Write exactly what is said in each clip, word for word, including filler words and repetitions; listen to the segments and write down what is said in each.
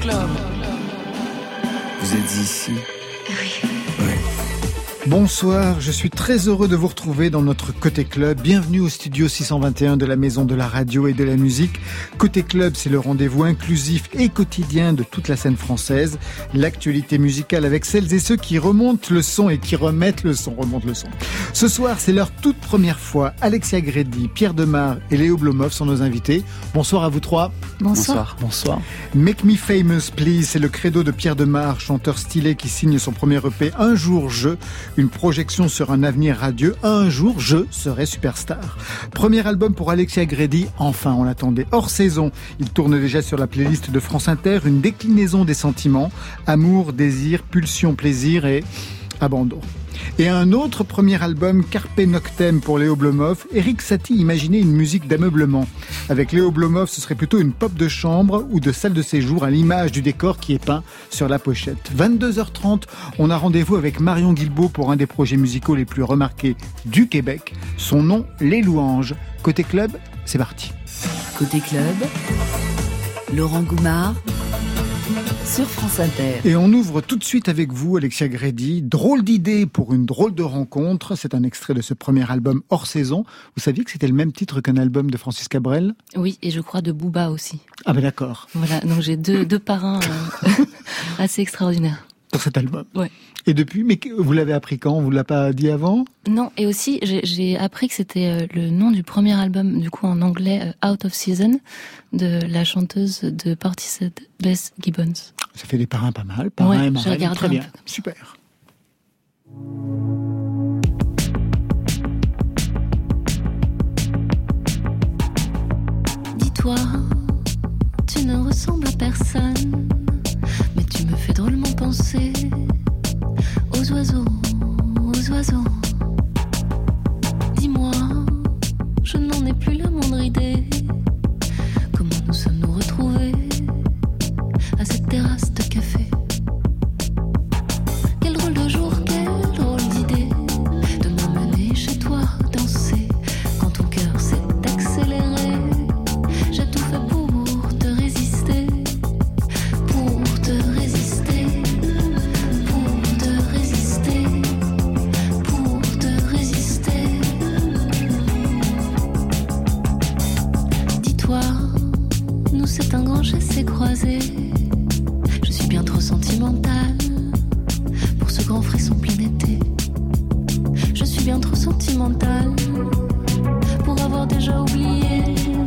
Club. Vous êtes ici? Oui. Bonsoir, je suis très heureux de vous retrouver dans notre Côté Club. Bienvenue au studio six cent vingt et un de la Maison de la Radio et de la Musique. Côté Club, c'est le rendez-vous inclusif et quotidien de toute la scène française. L'actualité musicale avec celles et ceux qui remontent le son et qui remettent le son, remontent le son. Ce soir, c'est leur toute première fois. Alexia Grédy, Pierre Demar et Léo Blomhoff sont nos invités. Bonsoir à vous trois. Bonsoir. Bonsoir. Make Me Famous, Please, c'est le credo de Pierre Demar, chanteur stylé qui signe son premier E P Un jour je, une projection sur un avenir radieux. Un jour je serai superstar. Premier album pour Alexia Grédy, enfin on l'attendait. Hors saison, il tourne déjà sur la playlist de France Inter, une déclinaison des sentiments, amour, désir, pulsion, plaisir et abandon. Et un autre premier album, Carpe Noctem pour Léo Blomhoff. Eric Satie imaginait une musique d'ameublement. Avec Léo Blomhoff, ce serait plutôt une pop de chambre ou de salle de séjour à l'image du décor qui est peint sur la pochette. vingt-deux heures trente, on a rendez-vous avec Marion Guilbault pour un des projets musicaux les plus remarqués du Québec. Son nom, Les Louanges. Côté club, c'est parti. Côté club, Laurent Goumard sur France Inter. Et on ouvre tout de suite avec vous, Alexia Grédy. Drôle d'idée pour une drôle de rencontre. C'est un extrait de ce premier album hors saison. Vous saviez que c'était le même titre qu'un album de Francis Cabrel? Oui, et je crois de Booba aussi. Ah ben d'accord. Voilà, donc j'ai deux, deux parrains euh, assez extraordinaires. Pour cet album. Ouais. Et depuis, mais vous l'avez appris quand? On vous l'a pas dit avant? Non, et aussi j'ai, j'ai appris que c'était euh, le nom du premier album, du coup en anglais, euh, Out of Season, de la chanteuse de Portishead, Beth Gibbons. Ça fait des parrains pas mal, parrains ouais, et marraines. J'ai regardé très un bien, peu comme ça. Super. Dis-toi, tu ne ressembles à personne, mais tu me fais drôlement penser aux oiseaux, aux oiseaux. Dis-moi, je n'en ai plus la moindre idée. Comment nous sommes-nous retrouvés à cette terrasse de café? Quel drôle de jour, quelle drôle d'idée de m'emmener chez toi danser quand ton cœur s'est accéléré. J'ai tout fait pour te résister, pour te résister, pour te résister, pour te résister. Dis-toi, nous c'est un grand chassé-croisé. Je suis bien trop sentimentale pour ce grand frisson plein été. Je suis bien trop sentimentale pour avoir déjà oublié.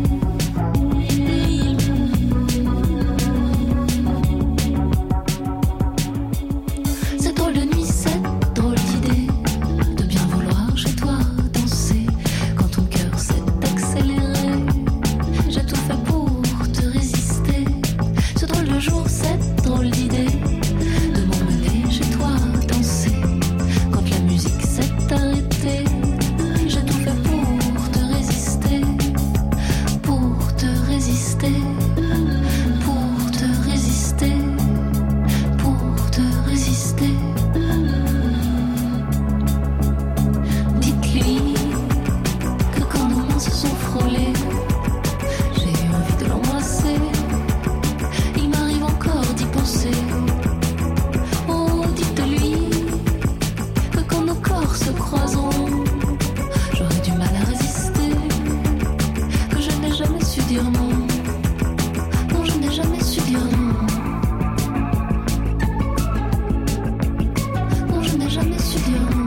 Cette drôle de nuit, cette drôle d'idée de bien vouloir chez toi danser quand ton cœur s'est accéléré. J'ai tout fait pour te résister. Ce drôle de jour, cette drôle d'idée de m'emmener chez toi danser quand la musique s'est arrêtée. J'ai tout fait pour te résister, pour te résister, pour te résister, pour te résister. Dites-lui que quand nos mains se sont frôlées, j'ai eu envie de l'embrasser. Il m'arrive encore d'y penser. Oh, dites-lui que quand nos corps se croiseront, j'aurai du mal à résister. Que je n'ai jamais su dire non. Non, je n'ai jamais su dire non. Non, je n'ai jamais su dire non.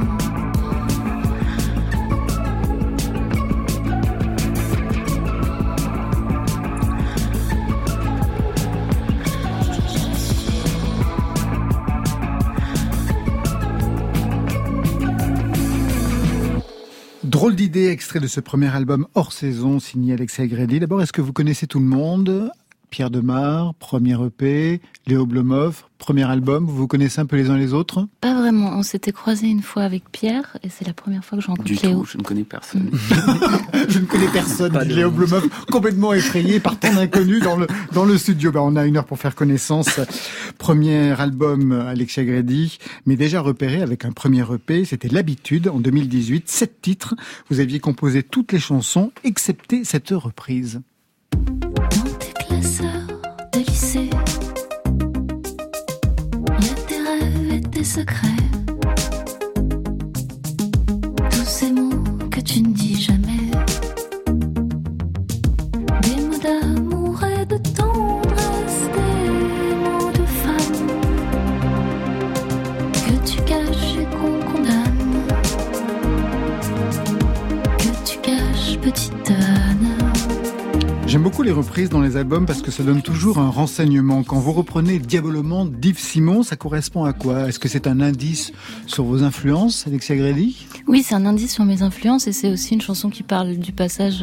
Drôle d'idée, extrait de ce premier album hors saison signé Alexia Grédy. D'abord, est-ce que vous connaissez tout le monde? Pierre Demar, premier E P, Léo Blomhoff, premier album, vous vous connaissez un peu les uns les autres? Pas vraiment, on s'était croisés une fois avec Pierre et c'est la première fois que je rencontre Du Léo. tout, je ne connais personne. Je ne connais personne, Pas dit de- Léo Blomhoff, complètement effrayé par tant d'inconnus dans le, dans le studio. Ben, on a une heure pour faire connaissance. Premier album Alexia Grédy, mais déjà repéré avec un premier E P, c'était L'Habitude en deux mille dix-huit, sept titres. Vous aviez composé toutes les chansons, excepté cette reprise. Dans tes classeurs de lycée, dis jamais des mots d'amour et de tendresse, des mots de femme que tu caches et qu'on condamne, que tu caches, petite âne. J'aime beaucoup les reprises dans les albums parce que ça donne toujours un renseignement. Quand vous reprenez Diabolement d'Yves Simon, ça correspond à quoi ? Est-ce que c'est un indice sur vos influences, Alexia Grédy ? Oui, c'est un indice sur mes influences et c'est aussi une chanson qui parle du passage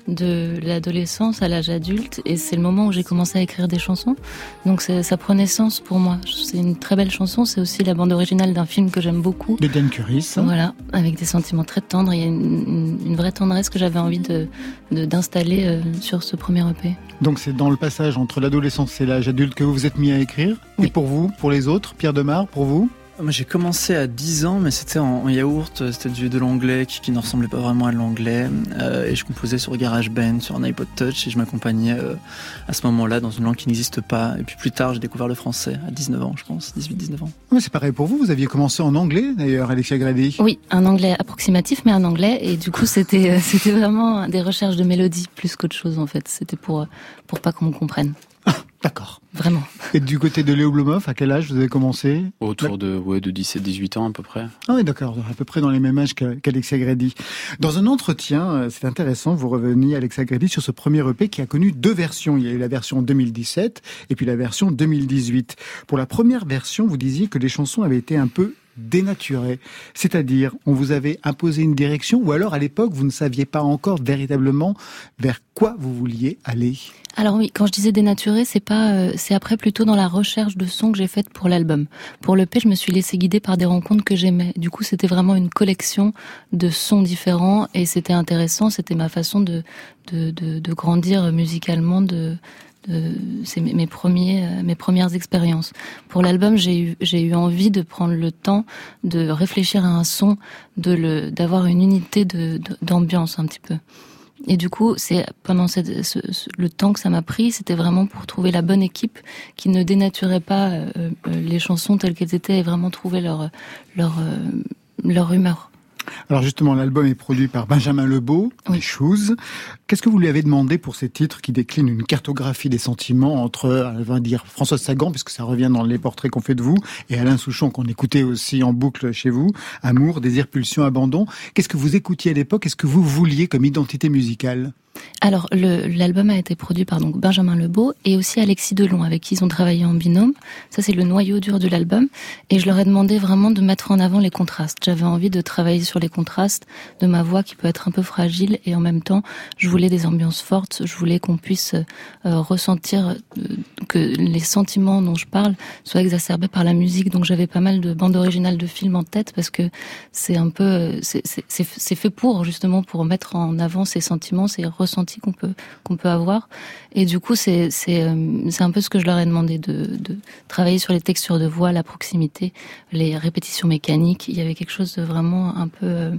de l'adolescence à l'âge adulte et c'est le moment où j'ai commencé à écrire des chansons. Donc ça prenait sens pour moi. C'est une très belle chanson, c'est aussi la bande originale d'un film que j'aime beaucoup. De Diane Curis. Voilà, avec des sentiments très tendres. Il y a une, une, une vraie tendresse que j'avais envie de, de, d'installer euh, sur ce premier E P. Donc c'est dans le passage entre l'adolescence et l'âge adulte que vous vous êtes mis à écrire. Oui. Et pour vous, pour les autres, Pierre Demar, pour vous ? Moi, j'ai commencé à dix ans, mais c'était en, en yaourt, c'était du, de l'anglais qui, qui ne ressemblait pas vraiment à l'anglais. Euh, et je composais sur GarageBand, sur un iPod Touch, et je m'accompagnais euh, à ce moment-là dans une langue qui n'existe pas. Et puis plus tard, j'ai découvert le français, à dix-neuf ans, je pense, dix-huit dix-neuf ans. Mais c'est pareil pour vous, vous aviez commencé en anglais d'ailleurs, Alexia Grédy. Oui, un anglais approximatif, mais un anglais. Et du coup, c'était, c'était vraiment des recherches de mélodie plus qu'autre chose, en fait. C'était pour, pour pas qu'on me comprenne. Ah, d'accord. Vraiment. Et du côté de Léo Blomhoff, à quel âge vous avez commencé ? Autour de, ouais, de dix-sept dix-huit ans à peu près. Ah oui, d'accord, à peu près dans les mêmes âges qu'Alexia Grédy. Dans un entretien, c'est intéressant, vous reveniez, Alexia Grédy, sur ce premier E P qui a connu deux versions. Il y a eu la version deux mille dix-sept et puis la version deux mille dix-huit. Pour la première version, vous disiez que les chansons avaient été un peu dénaturées. C'est-à-dire, on vous avait imposé une direction ou alors à l'époque, vous ne saviez pas encore véritablement vers quoi vous vouliez aller ? Alors oui, quand je disais dénaturé, c'est pas, euh, c'est après plutôt dans la recherche de sons que j'ai faite pour l'album. Pour l'E P, je me suis laissée guider par des rencontres que j'aimais. Du coup, c'était vraiment une collection de sons différents et c'était intéressant. C'était ma façon de de de, de grandir musicalement. De, de c'est mes, mes premiers euh, mes premières expériences. Pour l'album, j'ai eu j'ai eu envie de prendre le temps de réfléchir à un son, de le d'avoir une unité de, de d'ambiance un petit peu. Et du coup, c'est pendant cette, ce, ce, le temps que ça m'a pris, c'était vraiment pour trouver la bonne équipe qui ne dénaturait pas euh, les chansons telles qu'elles étaient et vraiment trouver leur leur euh, leur humeur. Alors justement, l'album est produit par Benjamin Lebeau, oui. Les Shoes. Qu'est-ce que vous lui avez demandé pour ces titres qui déclinent une cartographie des sentiments entre, on va dire, Françoise Sagan, puisque ça revient dans les portraits qu'on fait de vous, et Alain Souchon, qu'on écoutait aussi en boucle chez vous, Amour, Désir, Pulsion, Abandon. Qu'est-ce que vous écoutiez à l'époque ? Qu'est-ce que vous vouliez comme identité musicale ? Alors, le, l'album a été produit par donc Benjamin Lebeau et aussi Alexis Delon, avec qui ils ont travaillé en binôme. Ça, c'est le noyau dur de l'album. Et je leur ai demandé vraiment de mettre en avant les contrastes. J'avais envie de travailler sur les contrastes de ma voix qui peut être un peu fragile et en même temps, je voulais des ambiances fortes. Je voulais qu'on puisse euh, ressentir euh, que les sentiments dont je parle soient exacerbés par la musique. Donc, j'avais pas mal de bandes originales de films en tête parce que c'est un peu, c'est, c'est, c'est, c'est fait pour, justement, pour mettre en avant ces sentiments, ces ressenti qu'on peut qu'on peut avoir et du coup c'est c'est euh, c'est un peu ce que je leur ai demandé de de travailler sur les textures de voix, la proximité, les répétitions mécaniques. Il y avait quelque chose de vraiment un peu euh,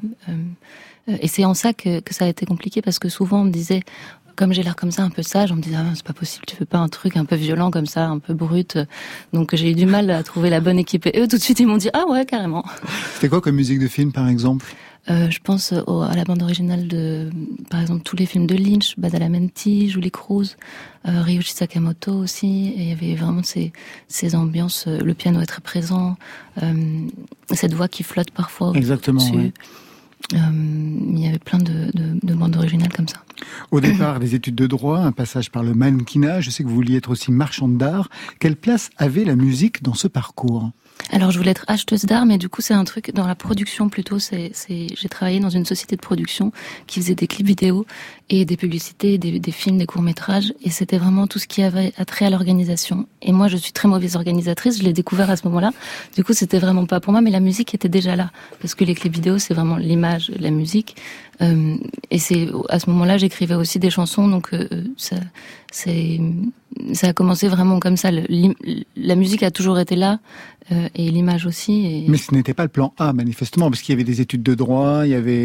euh, et c'est en ça que que ça a été compliqué parce que souvent on me disait, comme j'ai l'air comme ça un peu sage, on me disait ah, c'est pas possible, tu fais pas un truc un peu violent comme ça, un peu brut. Donc j'ai eu du mal à trouver la bonne équipe et eux tout de suite ils m'ont dit ah ouais carrément. C'était quoi comme musique de film par exemple ? Euh, je pense au, à la bande originale de, par exemple, tous les films de Lynch, Badalamenti, Julie Cruz, euh, Ryuichi Sakamoto aussi. Et il y avait vraiment ces, ces ambiances. Euh, le piano est très présent, euh, cette voix qui flotte parfois. Exactement. Oui. Euh, il y avait plein de, de, de bandes originales comme ça. Au départ, des études de droit, un passage par le mannequinat. Je sais que vous vouliez être aussi marchande d'art. Quelle place avait la musique dans ce parcours ? Alors, je voulais être acheteuse d'art, mais du coup, c'est un truc dans la production plutôt. C'est, c'est, j'ai travaillé dans une société de production qui faisait des clips vidéo et des publicités, des, des films, des courts-métrages. Et c'était vraiment tout ce qui avait attrait à l'organisation. Et moi, je suis très mauvaise organisatrice. Je l'ai découvert à ce moment-là. Du coup, c'était vraiment pas pour moi, mais la musique était déjà là. Parce que les clips vidéo, c'est vraiment l'image, la musique. Euh, et c'est, à ce moment-là, j'écrivais aussi des chansons. Donc, euh, ça, c'est, ça a commencé vraiment comme ça. Le, la musique a toujours été là. Euh, et l'image aussi. Et... Mais ce n'était pas le plan A, manifestement, parce qu'il y avait des études de droit, il y avait...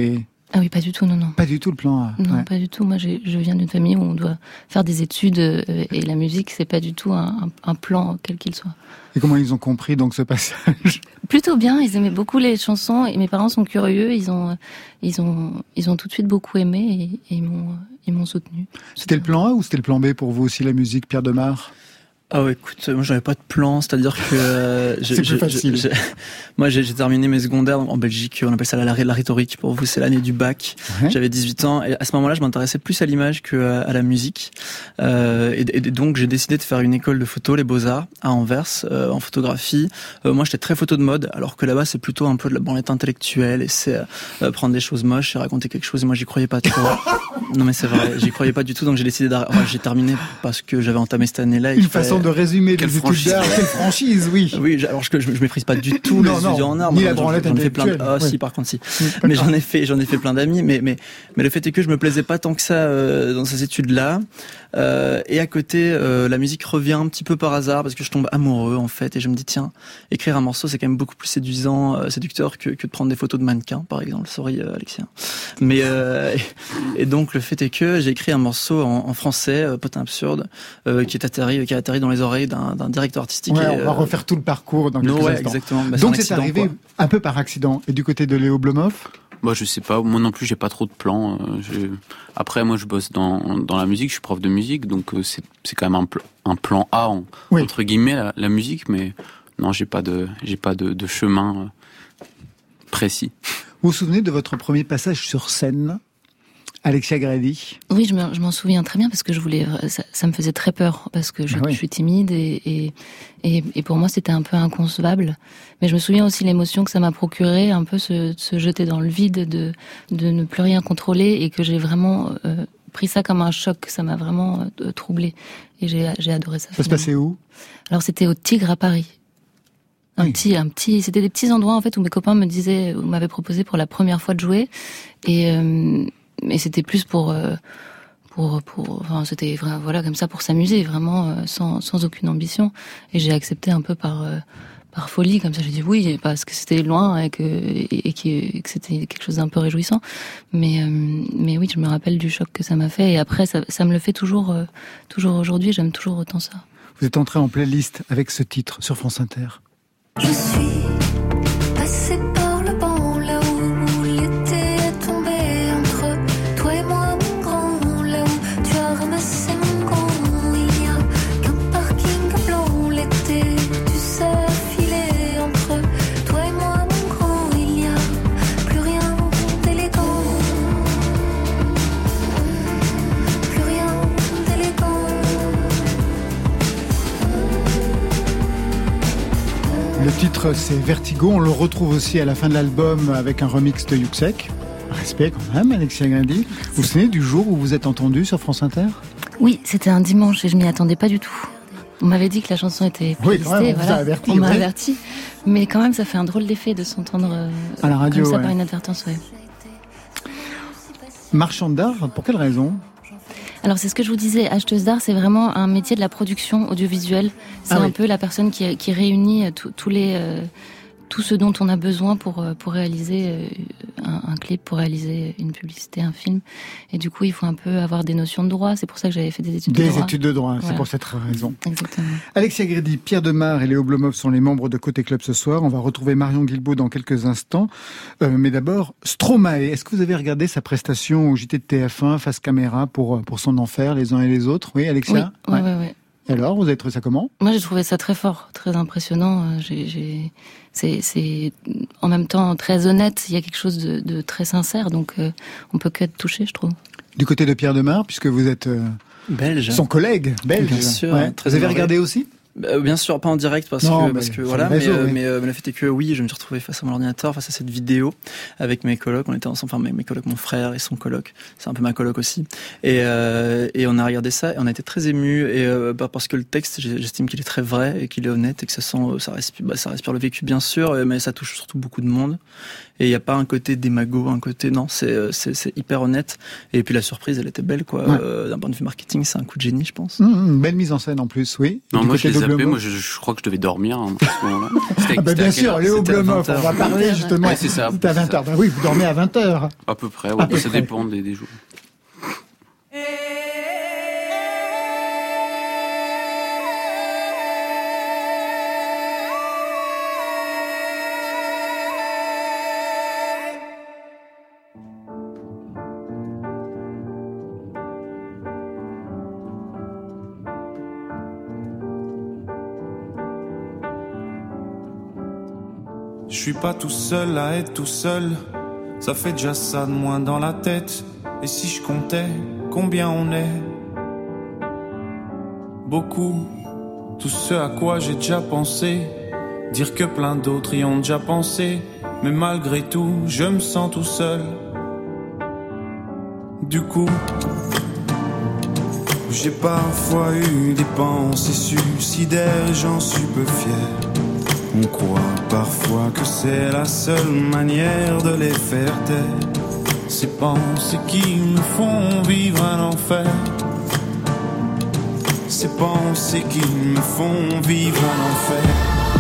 Ah oui, pas du tout, non, non. Pas du tout le plan A. Non, ouais. pas du tout. Moi, j'ai, je viens d'une famille où on doit faire des études euh, et la musique, c'est pas du tout un, un, un plan quel qu'il soit. Et comment ils ont compris donc ce passage? Plutôt bien. Ils aimaient beaucoup les chansons et mes parents sont curieux. Ils ont, ils ont, ils ont tout de suite beaucoup aimé et, et ils m'ont, ils m'ont soutenu. C'était le plan A ou c'était le plan B pour vous aussi, la musique, Pierre Demar? Ah ouais, écoute, moi j'avais pas de plan, c'est-à-dire que euh, c'est plus facile. J'ai, moi j'ai, j'ai terminé mes secondaires en Belgique, on appelle ça la, la rhétorique. Pour vous, c'est l'année du bac. Ouais. J'avais dix-huit ans et à ce moment-là, je m'intéressais plus à l'image que à, à la musique. Euh, et, et donc j'ai décidé de faire une école de photo, les Beaux-Arts, à Anvers, euh, en photographie. Euh, moi, j'étais très photo de mode, alors que là-bas, c'est plutôt un peu de la branlette intellectuelle et c'est euh, prendre des choses moches et raconter quelque chose. Et moi, j'y croyais pas trop. Non mais c'est vrai, j'y croyais pas du tout, donc j'ai décidé d'arrêter. Enfin, j'ai terminé parce que j'avais entamé cette année-là. Et une façon de résumer les études d'art, quelle franchise, oui. Oui, alors je, je, je méprise pas du tout les étudiants en art. Ni la branlette j'en ai fait plein de... Ah oui. si, par contre si. Mais j'en ai fait, j'en ai fait plein d'amis. Mais mais mais le fait est que je me plaisais pas tant que ça euh, dans ces études-là. Euh, et à côté, euh, la musique revient un petit peu par hasard parce que je tombe amoureux en fait et je me dis tiens, écrire un morceau c'est quand même beaucoup plus séduisant, euh, séducteur que, que de prendre des photos de mannequins par exemple. Sorry euh, Alexia. Mais euh, et, et donc le fait est que j'ai écrit un morceau en, en français, euh, Potin absurde, euh, qui est atterri, qui a atterri dans les oreilles d'un, d'un directeur artistique. Ouais, et, on va euh, refaire tout le parcours dans quelques no, ouais, instants. Exactement. Bah, donc c'est, c'est accident, arrivé quoi. Un peu par accident. Et du côté de Léo Blomhoff? Moi, je sais pas. Moi non plus, j'ai pas trop de plans. Je... Après, moi, je bosse dans dans la musique. Je suis prof de musique, donc euh, c'est c'est quand même un, pl- un plan A en, oui. entre guillemets la, la musique. Mais non, j'ai pas de j'ai pas de, de chemin euh, précis. Vous vous souvenez de votre premier passage sur scène, Alexia Grady? Oui, je, me, je m'en souviens très bien parce que je voulais, ça, ça me faisait très peur parce que je, ah oui. je suis timide et, et, et, et pour moi c'était un peu inconcevable. Mais je me souviens aussi l'émotion que ça m'a procuré, un peu se, se jeter dans le vide, de, de ne plus rien contrôler et que j'ai vraiment euh, pris ça comme un choc. Ça m'a vraiment euh, troublée et j'ai, j'ai adoré ça. Ça se passait où? Alors c'était au Tigre à Paris. Un oui. petit, un petit, c'était des petits endroits en fait où mes copains me disaient, où m'avaient proposé pour la première fois de jouer et euh, mais c'était plus pour euh, pour pour enfin c'était vraiment voilà comme ça pour s'amuser vraiment euh, sans sans aucune ambition et j'ai accepté un peu par euh, par folie comme ça j'ai dit oui parce que c'était loin et que et, et que, que c'était quelque chose d'un peu réjouissant mais euh, mais oui je me rappelle du choc que ça m'a fait et après ça ça me le fait toujours euh, toujours aujourd'hui j'aime toujours autant ça. Vous êtes entré en playlist avec ce titre sur France Inter. Je suis passée par le banc là où l'été est tombé entre toi et moi mon grand là où tu as ramassé mon gant il n'y a qu'un parking blanc l'été tu sais filer entre toi et moi mon grand il n'y a plus rien d'élégant plus rien d'élégant. Le titre c'est Vertigo, on le retrouve aussi à la fin de l'album avec un remix de Yuxek. Respect quand même, Alexia Grady. Vous vous souvenez du jour où vous êtes entendu sur France Inter? Oui, c'était un dimanche et je m'y attendais pas du tout. On m'avait dit que la chanson était playlistée, oui, on, voilà. averti, on m'a ouais. averti. Mais quand même, ça fait un drôle d'effet de s'entendre euh, à la radio, comme ça ouais. par inadvertance. Ouais. Marchande d'art, pour quelle raison? Alors c'est ce que je vous disais, acheteuse d'art, c'est vraiment un métier de la production audiovisuelle. C'est ah, un oui. peu la personne qui, qui réunit tous les euh, tout ce dont on a besoin pour pour réaliser un, un clip, pour réaliser une publicité, un film. Et du coup, il faut un peu avoir des notions de droit. C'est pour ça que j'avais fait des études des de droit. Des études de droit, voilà. C'est pour cette raison. Exactement. Alexia Grady, Pierre Demar et Léo Blomhoff sont les membres de Côté Club ce soir. On va retrouver Marion Guilbault dans quelques instants. Euh, mais d'abord, Stromae. Est-ce que vous avez regardé sa prestation au J T de T F un face caméra pour pour son enfer, les uns et les autres? Oui, Alexia. Oui, ouais, ouais, ouais. Et alors, vous avez trouvé ça comment? Moi, j'ai trouvé ça très fort, très impressionnant. J'ai, j'ai... C'est, c'est en même temps très honnête. Il y a quelque chose de, de très sincère, donc euh, on peut qu'être touché, je trouve. Du côté de Pierre Demar, puisque vous êtes euh, belge, son collègue belge. Bien sûr. Ouais. Très vous avez honoré. regardé aussi? Euh, bien sûr, pas en direct parce non, que parce que voilà, réseau, mais, oui. mais, euh, mais le fait est que oui, je me suis retrouvé face à mon ordinateur, face à cette vidéo avec mes colocs. On était ensemble, enfin mes, mes colocs, mon frère et son coloc. C'est un peu ma coloc aussi. Et euh, et on a regardé ça et on a été très émus et euh, bah, parce que le texte, j'estime qu'il est très vrai et qu'il est honnête et que ça sent, ça respire, bah, ça respire le vécu bien sûr, mais ça touche surtout beaucoup de monde. Et il y a pas un côté démago, un côté non, c'est c'est c'est hyper honnête. Et puis la surprise, elle était belle quoi. Ouais. Euh, d'un point de vue marketing, c'est un coup de génie, je pense. Mmh, belle mise en scène en plus, oui. Non, moi je les, zappé. Moi, je, je crois que je devais dormir hein, à ce moment-là. Ah bah bien sûr, Léo Oblomov, on va parler justement. Ouais, c'est ça. C'était à vingt heures. Ben oui, vous dormez à vingt heures. À peu près, ouais, à peu ça près. dépend des, des jours. Je suis pas tout seul à être tout seul, ça fait déjà ça de moins dans la tête. Et si je comptais combien on est? Beaucoup, tout ce à quoi j'ai déjà pensé, dire que plein d'autres y ont déjà pensé. Mais malgré tout, je me sens tout seul. Du coup, j'ai parfois eu des pensées suicidaires, j'en suis peu fier. On croit parfois que c'est la seule manière de les faire taire. Ces pensées qui me font vivre un enfer. Ces pensées qui me font vivre un enfer.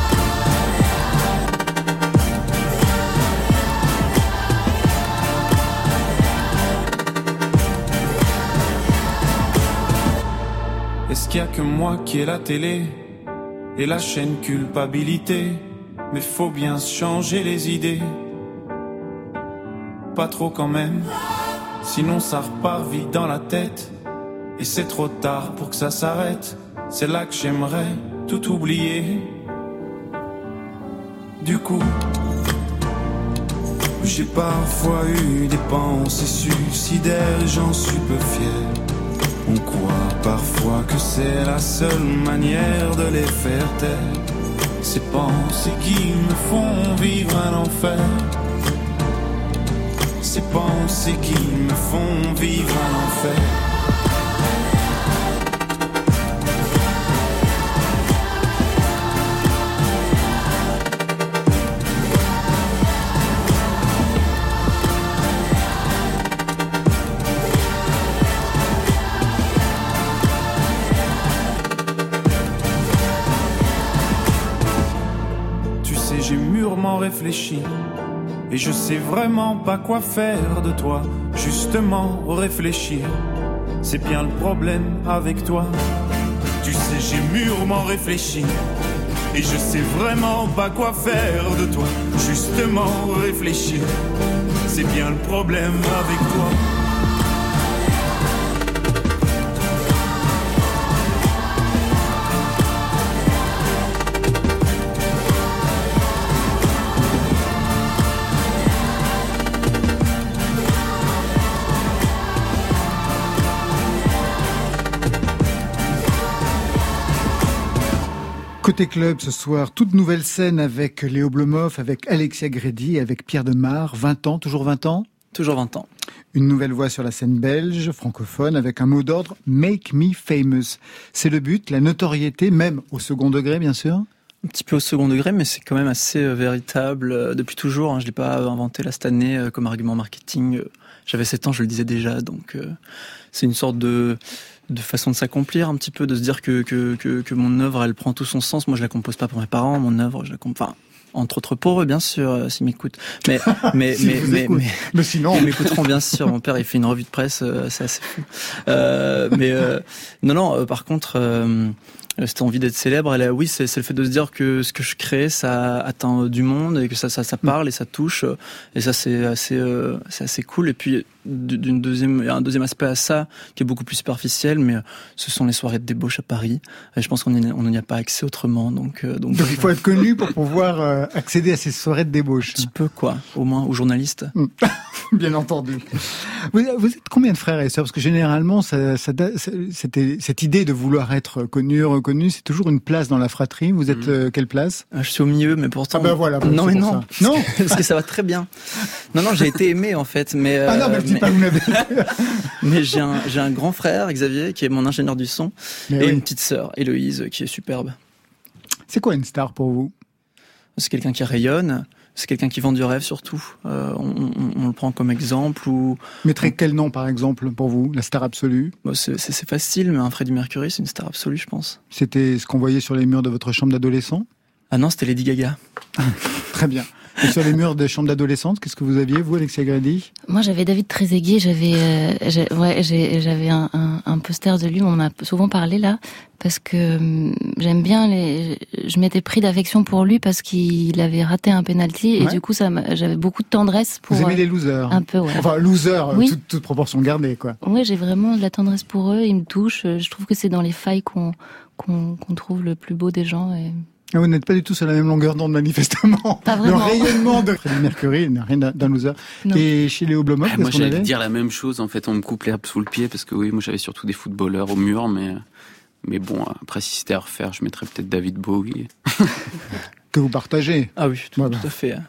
Est-ce qu'il y a que moi qui ai la télé et la chaîne culpabilité? Mais faut bien se changer les idées. Pas trop quand même, sinon ça repart vite dans la tête. Et c'est trop tard pour que ça s'arrête. C'est là que j'aimerais tout oublier. Du coup, j'ai parfois eu des pensées suicidaires et j'en suis peu fier. On croit parfois que c'est la seule manière de les faire taire. Ces pensées qui me font vivre un enfer. Ces pensées qui me font vivre un enfer. J'ai mûrement réfléchi et je sais vraiment pas quoi faire de toi. Justement réfléchir, c'est bien le problème avec toi. Tu sais j'ai mûrement réfléchi et je sais vraiment pas quoi faire de toi. Justement réfléchir, c'est bien le problème avec toi. Côté club ce soir, toute nouvelle scène avec Léo Oblomov, avec Alexia Grédy, avec Pierre Demar, vingt ans, toujours vingt ans? Toujours vingt ans. Une nouvelle voix sur la scène belge, francophone, avec un mot d'ordre, Make Me Famous. C'est le but, la notoriété, même au second degré bien sûr? Un petit peu au second degré, mais c'est quand même assez euh, véritable euh, depuis toujours. Hein, je ne l'ai pas inventé là cette année euh, comme argument marketing. Euh, j'avais sept ans, je le disais déjà, donc euh, c'est une sorte de... de façon de s'accomplir un petit peu, de se dire que, que, que, que mon œuvre, elle prend tout son sens. Moi, je la compose pas pour mes parents, mon œuvre, je la compose, enfin, entre autres pour eux, bien sûr, euh, s'ils m'écoutent. Mais, mais, si mais, mais, mais, mais sinon. Ils m'écouteront, bien sûr. Mon père, il fait une revue de presse, euh, c'est assez fou. Euh, mais, euh, non, non, euh, par contre, euh, cette envie d'être célèbre, elle, oui, c'est, c'est le fait de se dire que ce que je crée, ça atteint du monde et que ça, ça, ça parle et ça touche. Et ça, c'est assez, euh, c'est assez cool. Et puis, d'une deuxième, il y a un deuxième aspect à ça qui est beaucoup plus superficiel, mais ce sont les soirées de débauche à Paris. Et je pense qu'on n'y a pas accès autrement. Donc, euh, donc, donc il faut être connu pour pouvoir euh, accéder à ces soirées de débauche. Un petit peu, quoi, au moins aux journalistes. Bien entendu. Vous, vous êtes combien de frères et sœurs? Parce que généralement, ça, ça, ça, c'était, cette idée de vouloir être connu, reconnu, c'est toujours une place dans la fratrie. Vous êtes mmh. euh, quelle place? Je suis au milieu, mais pourtant. Ah ben voilà. Bon, non mais non, ça. non, parce que ça va très bien. Non non, j'ai été aimé en fait, mais. Ah non, mais je dis mais... pas vous n'avez. mais j'ai un j'ai un grand frère Xavier qui est mon ingénieur du son mais et oui. une petite sœur Héloïse qui est superbe. C'est quoi une star pour vous? C'est quelqu'un qui rayonne. C'est quelqu'un qui vend du rêve surtout. Euh, on, on, on le prend comme exemple. Ou Mettrait quel nom par exemple pour vous, la star absolue? Bon, c'est, c'est, c'est facile, mais un Freddie Mercury, c'est une star absolue, je pense. C'était ce qu'on voyait sur les murs de votre chambre d'adolescent? Ah non, c'était Lady Gaga. Très bien. Et sur les murs des chambres d'adolescente, qu'est-ce que vous aviez, vous, Alexia Grady? Moi, j'avais David Trezeguet, j'avais, euh, j'ai, ouais, j'ai, j'avais un, un, un poster de lui, on en a souvent parlé là, parce que euh, j'aime bien les, je m'étais pris d'affection pour lui parce qu'il avait raté un penalty, et ouais. du coup, ça j'avais beaucoup de tendresse pour... Vous aimez les losers? Un peu, ouais. Enfin, losers, oui. toute, toute proportion gardée, quoi. Oui, j'ai vraiment de la tendresse pour eux, ils me touchent, je trouve que c'est dans les failles qu'on, qu'on, qu'on trouve le plus beau des gens, et... Vous n'êtes pas du tout sur la même longueur d'onde, manifestement. Pas vraiment. Le rayonnement de Freddie Mercury n'a rien d'un loser. Non. Et chez Léo Blomov, ah, moi, j'allais dire la même chose. En fait, on me coupe l'herbe sous le pied parce que oui, moi, j'avais surtout des footballeurs au mur, mais mais bon, après, si c'était à refaire, je mettrais peut-être David Bowie. Que vous partagez. Ah oui, tout, voilà. tout à fait.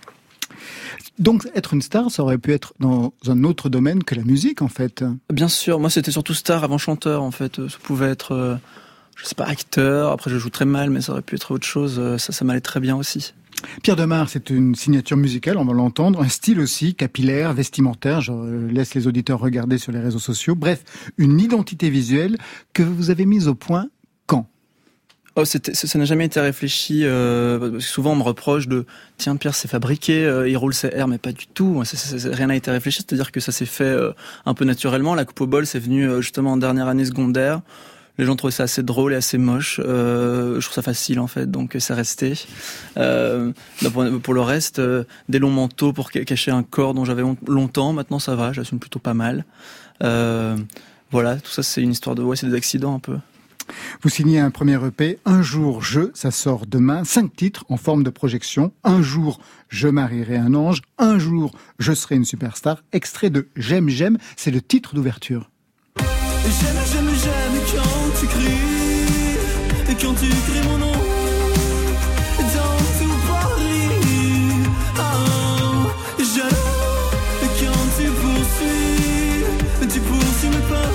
Donc, être une star, ça aurait pu être dans un autre domaine que la musique, en fait. Bien sûr. Moi, c'était surtout star avant chanteur, en fait. Ça pouvait être... Euh... je sais pas, acteur, après je joue très mal, mais ça aurait pu être autre chose, ça, ça m'allait très bien aussi. Pierre Demar, c'est une signature musicale, on va l'entendre, un style aussi, capillaire, vestimentaire, je laisse les auditeurs regarder sur les réseaux sociaux, bref, une identité visuelle que vous avez mise au point quand? Oh, c'était, ça n'a jamais été réfléchi, euh, parce que souvent on me reproche de « tiens, Pierre, c'est fabriqué, euh, il roule ses airs », mais pas du tout, ça, ça, ça, rien n'a été réfléchi, c'est-à-dire que ça s'est fait euh, un peu naturellement, la coupe au bol, c'est venu euh, justement en dernière année secondaire. Les gens trouvaient ça assez drôle et assez moche. Euh, je trouve ça facile en fait, donc c'est resté. Euh, pour, pour le reste, euh, des longs manteaux pour cacher un corps dont j'avais longtemps. Maintenant ça va, j'assume plutôt pas mal. Euh, voilà, tout ça c'est une histoire de, ouais, c'est des accidents un peu. Vous signez un premier E P, Un jour je, ça sort demain, cinq titres en forme de projection. Un jour je marierai un ange, un jour je serai une superstar. Extrait de J'aime j'aime, c'est le titre d'ouverture. J'aime, j'aime, j'aime quand tu cries, et quand tu cries mon nom, dans tout Paris. Oh, jaloux, quand tu poursuis, tu poursuis mes pas,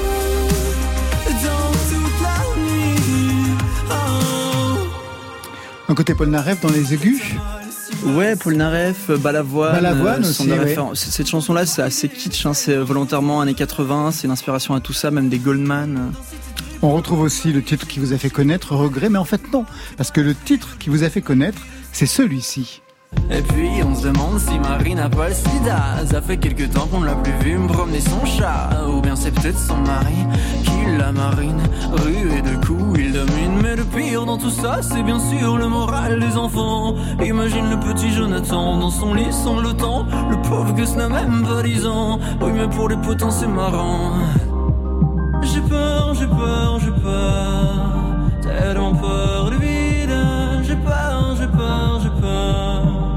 dans toute la nuit. Oh. Un côté Paul Naref dans les aigus. Ouais, Paul Naref, Balavoine, Balavoine aussi, ouais. Cette chanson-là, c'est assez kitsch, hein, c'est volontairement années quatre-vingts, c'est une inspiration à tout ça, même des Goldman. On retrouve aussi le titre qui vous a fait connaître, Regret, mais en fait non, parce que le titre qui vous a fait connaître, c'est celui-ci. Et puis on se demande si Marie n'a pas le sida. Ça fait quelque temps qu'on l'a plus vu me promener son chat. Ou bien c'est peut-être son mari qui la marine. Ruée de coups, il domine. Mais le pire dans tout ça, c'est bien sûr le moral des enfants. Imagine le petit Jonathan dans son lit sans le temps. Le pauvre Gus n'a même pas dix ans. Oui mais pour les potins c'est marrant. J'ai peur, j'ai peur, j'ai peur. Tellement peur du vide. J'ai peur, j'ai peur, j'ai peur.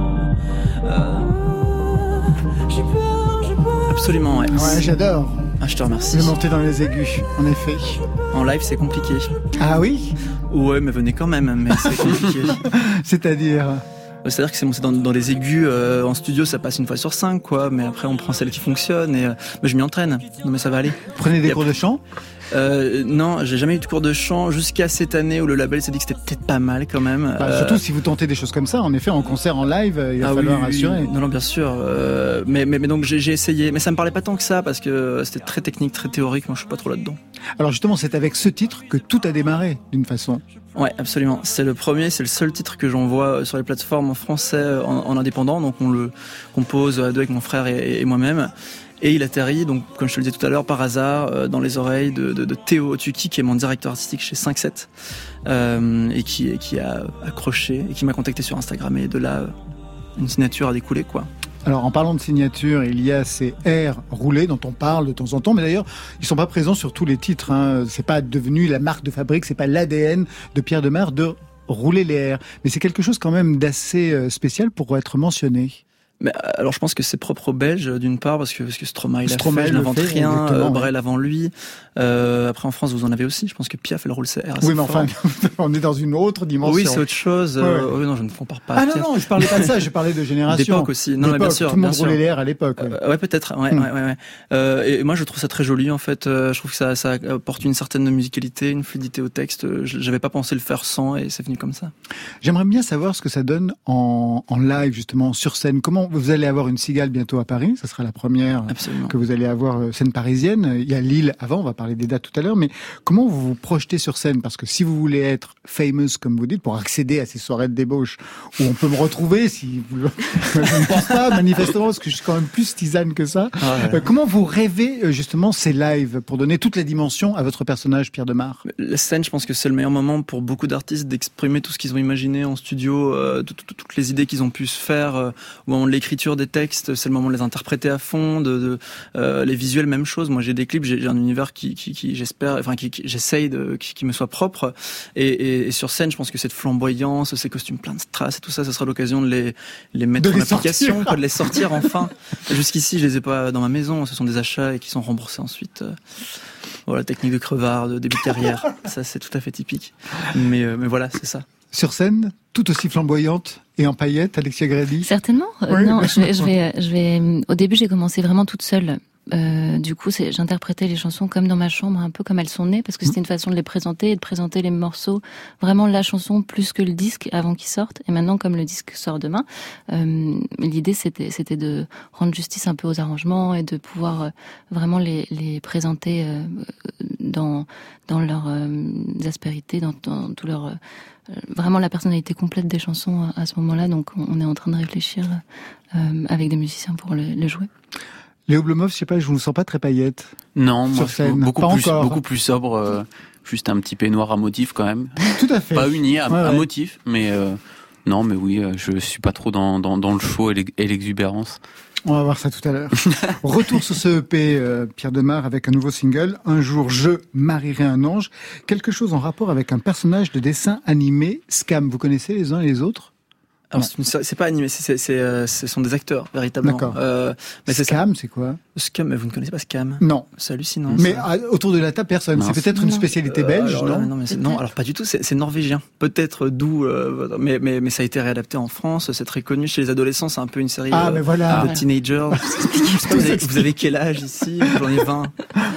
J'ai peur, j'ai peur. Absolument, ouais. Ouais, j'adore. Ah, je te remercie. De monter dans les aigus, en effet. En live, c'est compliqué. Ah oui? Ouais, mais venez quand même, mais c'est compliqué. C'est-à-dire? C'est-à-dire que c'est, c'est dans, dans les aigus, euh, en studio, ça passe une fois sur cinq, quoi. Mais après, on prend celle qui fonctionne et euh, mais je m'y entraîne. Non, mais ça va aller. Prenez des cours de chant? Euh, non, j'ai jamais eu de cours de chant jusqu'à cette année où le label s'est dit que c'était peut-être pas mal quand même. Bah, euh... Surtout si vous tentez des choses comme ça, en effet, en concert, en live, il va ah, falloir oui, assurer. Oui. Non, non, bien sûr. Euh, mais, mais, mais donc j'ai, j'ai essayé, mais ça me parlait pas tant que ça parce que c'était très technique, très théorique. Moi, je suis pas trop là-dedans. Alors justement, c'est avec ce titre que tout a démarré, d'une façon. Ouais, absolument. C'est le premier, c'est le seul titre que j'envoie sur les plateformes en français, en, en indépendant. Donc on le compose à deux avec mon frère et, et moi-même. Et il atterrit, donc, comme je te le disais tout à l'heure, par hasard, euh, dans les oreilles de, de, de Théo Tuki, qui est mon directeur artistique chez cinq sept, euh, et qui, et qui a accroché, et qui m'a contacté sur Instagram, et de là, une signature a découlé, quoi. Alors, en parlant de signature, il y a ces airs roulés dont on parle de temps en temps, mais d'ailleurs, ils sont pas présents sur tous les titres, hein. C'est pas devenu la marque de fabrique, c'est pas l'A D N de Pierre Demar de rouler les airs. Mais c'est quelque chose quand même d'assez spécial pour être mentionné. Mais alors je pense que c'est propre aux Belges d'une part parce que parce que Stromae il a Stromae fait, je n'invente fait, rien, euh, ouais. Brel avant lui. Euh, après en France vous en avez aussi. Je pense que Piaf et le rôle C R. Oui, mais fort. enfin, on est dans une autre dimension. Oui, c'est autre chose. Ouais, ouais. Euh, oui, non, je ne compare pas. Ah à non, Piaf. non, je parlais pas de ça, je parlais de génération. D'époque aussi. Non, mais bien sûr. Tout le monde bien sûr. roulait l'air à l'époque. Ouais, euh, ouais peut-être. Ouais, mm. ouais, ouais. ouais. Euh, et moi, je trouve ça très joli en fait. Euh, je trouve que ça, ça apporte une certaine musicalité, une fluidité au texte. J'avais pas pensé le faire sans, et c'est venu comme ça. J'aimerais bien savoir ce que ça donne en, en live justement sur scène. Comment vous allez avoir une cigale bientôt à Paris, ça sera la première Absolument. que vous allez avoir euh, scène parisienne. Il y a Lille avant, on va parler des dates tout à l'heure, mais comment vous vous projetez sur scène? Parce que si vous voulez être famous, comme vous dites, pour accéder à ces soirées de débauche où on peut me retrouver, si vous... je ne pense pas manifestement, parce que je suis quand même plus tisane que ça. Ah ouais. euh, comment vous rêvez euh, justement ces lives pour donner toute la dimension à votre personnage Pierre Demar? La scène, je pense que c'est le meilleur moment pour beaucoup d'artistes d'exprimer tout ce qu'ils ont imaginé en studio, euh, tout, tout, toutes les idées qu'ils ont pu se faire, euh, au moment de l'écriture des textes, c'est le moment de les interpréter à fond, de, de euh, les visuels, même chose. Moi, j'ai des clips, j'ai, j'ai un univers qui, qui, qui j'espère, enfin, qui, qui j'essaye de, qui, qui me soit propre. Et, et, et sur scène, je pense que cette flamboyance, ces costumes pleins de strass et tout ça, ça sera l'occasion de les, les mettre De en les application, sortir. quoi, de les sortir enfin. Jusqu'ici, je les ai pas dans ma maison. Ce sont des achats et qui sont remboursés ensuite. Euh, Voilà, technique de crevard, de début de carrière. Ça, c'est tout à fait typique. Mais, euh, mais voilà, c'est ça. Sur scène, tout aussi flamboyante et en paillettes, Alexia Grady? Certainement. Euh, Oui. non, je vais, je vais, je vais. Au début, j'ai commencé vraiment toute seule. Euh, du coup, c'est, j'interprétais les chansons comme dans ma chambre, un peu comme elles sont nées, parce que c'était une façon de les présenter et de présenter les morceaux, vraiment la chanson plus que le disque avant qu'ils sortent. Et maintenant, comme le disque sort demain, euh, l'idée c'était, c'était de rendre justice un peu aux arrangements et de pouvoir euh, vraiment les, les présenter euh, dans dans leur euh, aspérité, dans, dans tout leur euh, vraiment la personnalité complète des chansons à, à ce moment-là. Donc, on est en train de réfléchir euh, avec des musiciens pour les, les jouer. Léo Blomov, je sais pas, je vous sens pas très paillette. Non, moi, Sur scène. beaucoup Pas plus, encore. beaucoup plus sobre. Euh, juste un petit peignoir à motif quand même. Tout à fait. Pas uni, à, Ouais, à ouais. motif, mais euh, non, mais oui, euh, je suis pas trop dans dans, dans le show et l'ex- et l'exubérance. On va voir ça tout à l'heure. Retour sur ce E P, euh, Pierre Demar, avec un nouveau single. Un jour, je marierai un ange. Quelque chose en rapport avec un personnage de dessin animé, Scam. Vous connaissez les uns et les autres? Alors, c'est, une, c'est pas animé, c'est, c'est, c'est, euh, ce sont des acteurs, véritablement. D'accord. Euh, mais c'est Scam, c'est quoi? Scam, mais vous ne connaissez pas Scam? Non. C'est hallucinant. Mais ça. à- autour de la table, personne. Non, C'est peut-être une non. spécialité Euh, belge, alors là, non? non, mais c'est, non, alors pas du tout, c'est, c'est norvégien. Peut-être d'où, euh, mais, mais, mais ça a été réadapté en France, c'est très connu chez les adolescents, c'est un peu une série Ah, euh, mais voilà. de teenagers. Je sais pas, vous, avez, vous avez quel âge ici? J'en ai vingt.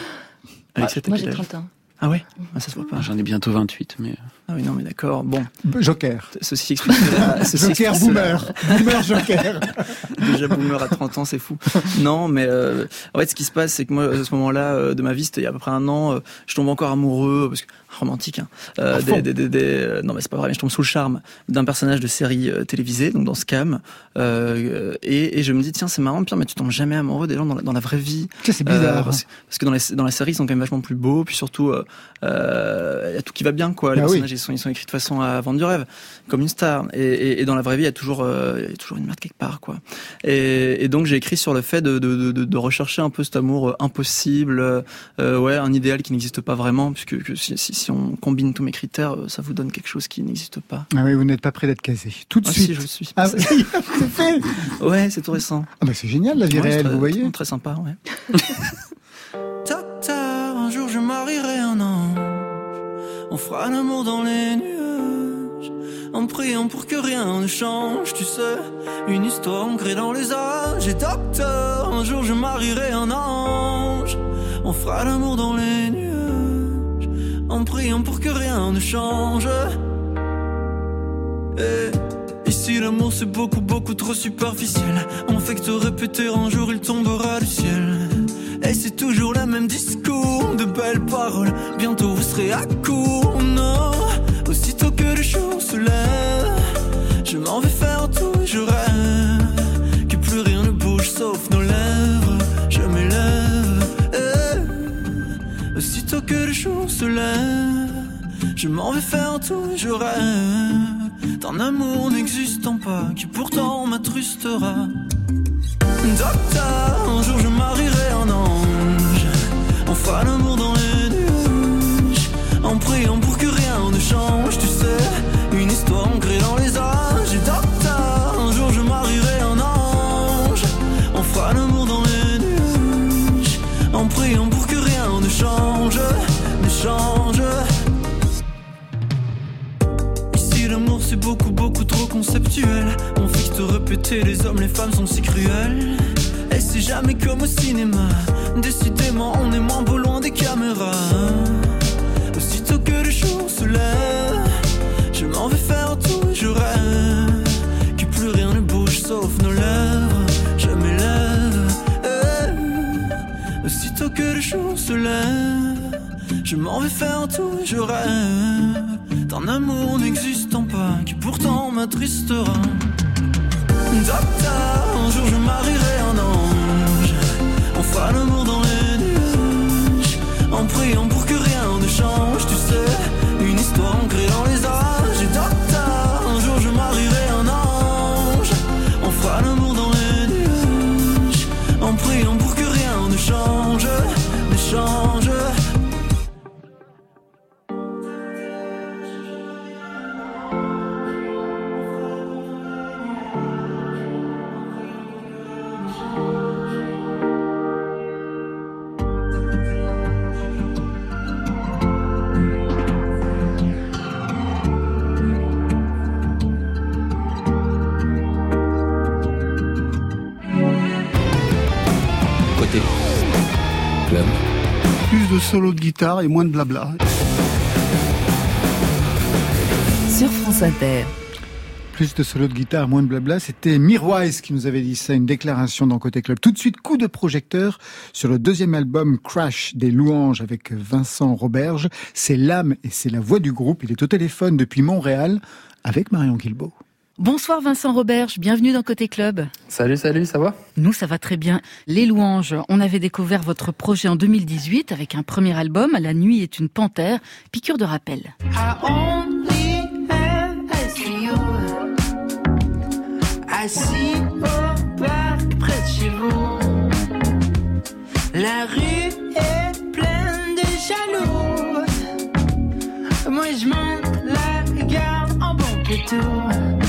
Alexia, t'as Moi, quel j'ai âge? trente ans. Ah ouais? Ah, ça se voit pas. J'en ai bientôt vingt-huit, mais Ah oui, non, mais d'accord. Bon, Joker. ceci explique cela. Ceci Joker explique cela. boomer. Boomer Joker. Déjà boomer à trente ans, c'est fou. Non, mais euh, en fait, ce qui se passe, c'est que moi, à ce moment-là euh, de ma vie, c'était il y a à peu près un an, euh, je tombe encore amoureux, parce que romantique, hein, euh, À fond. des, des, des, des, euh, non mais c'est pas vrai, mais je tombe sous le charme d'un personnage de série euh, télévisée, donc dans Scam, euh, et, et je me dis tiens c'est marrant Pierre, mais tu tombes jamais amoureux des gens dans la, dans la vraie vie. Ça, c'est Euh, bizarre. parce, parce que dans, les, dans la série, ils sont quand même vachement plus beaux, puis surtout, il euh, y a tout qui va bien, quoi. Les Ah oui. personnages, ils, sont, ils sont écrits de façon à vendre du rêve, comme une star. Et, et, et dans la vraie vie, il y a toujours, euh, y a toujours une merde quelque part, quoi. Et, et donc, j'ai écrit sur le fait de, de, de, de rechercher un peu cet amour impossible, euh, ouais, un idéal qui n'existe pas vraiment, puisque que si, si, si on combine tous mes critères, ça vous donne quelque chose qui n'existe pas. Ah oui, vous n'êtes pas prêt d'être casé. Tout de Ah suite. si, je le suis. Ah oui, c'est fait. Ouais, c'est tout récent. Ah bah c'est génial la vie Ouais, c'est réelle, très, vous voyez. très, très sympa, ouais. Docteur, un jour je marierai un ange. On fera l'amour dans les nuages, en priant pour que rien ne change, tu sais. Une histoire ancrée dans les âges. Et docteur, un jour je marierai un ange. On fera l'amour dans les nuages, en priant pour que rien ne change. Et ici l'amour c'est beaucoup beaucoup trop superficiel. On fait que te répéter un jour il tombera du ciel. Et c'est toujours le même discours, de belles paroles. Bientôt vous serez à court, non. Aussitôt que le jour se lève, je m'en vais faire tout et je rêve que plus rien ne bouge sauf nos lèvres. Je m'élève, eh. Aussitôt que le jour se lève, je m'en vais faire tout et je rêve d'un amour n'existant pas qui pourtant m'attrustera. Docteur, un jour je marierai un ange. On fera l'amour dans les nuages, en priant pour que rien ne change, tu sais. Une histoire ancrée dans les âges. Et docteur, un jour je marierai un ange. côté, les hommes, les femmes sont si cruels. Et c'est jamais comme au cinéma. Décidément, on est moins beau loin des caméras. Aussitôt que le jour se lève, je m'en vais faire tout et je rêve que plus rien ne bouge sauf nos lèvres. Je m'élève. Eh. Aussitôt que le jour se lève, je m'en vais faire tout et je rêve d'un amour n'existant pas qui pourtant m'attristera. Docteur, un jour je marierai un ange. On fera l'amour dans les nuages, en priant pour que rien ne change. Tu sais, une histoire ancrée dans les âges. Et docteur, un jour je marierai un ange. On fera l'amour dans les nuages, en priant pour que rien ne change, ne change. Plus de solo de guitare et moins de blabla. Sur France Inter. Plus de solo de guitare, moins de blabla, c'était Mirwise qui nous avait dit ça, une déclaration dans Côté Club. Tout de suite, coup de projecteur sur le deuxième album Crash des Louanges avec Vincent Roberge. C'est l'âme et c'est la voix du groupe. Il est au téléphone depuis Montréal avec Marion Guilbault. Bonsoir Vincent Roberge, bienvenue dans Côté Club. Salut, salut, ça va ? Nous, ça va très bien. Les Louanges, on avait découvert votre projet en deux mille dix-huit avec un premier album, La nuit est une panthère, piqûre de rappel. I only have I see you. Assis au parc près de chez vous. La rue est pleine de jaloux. Moi je monte la garde en bon pétour.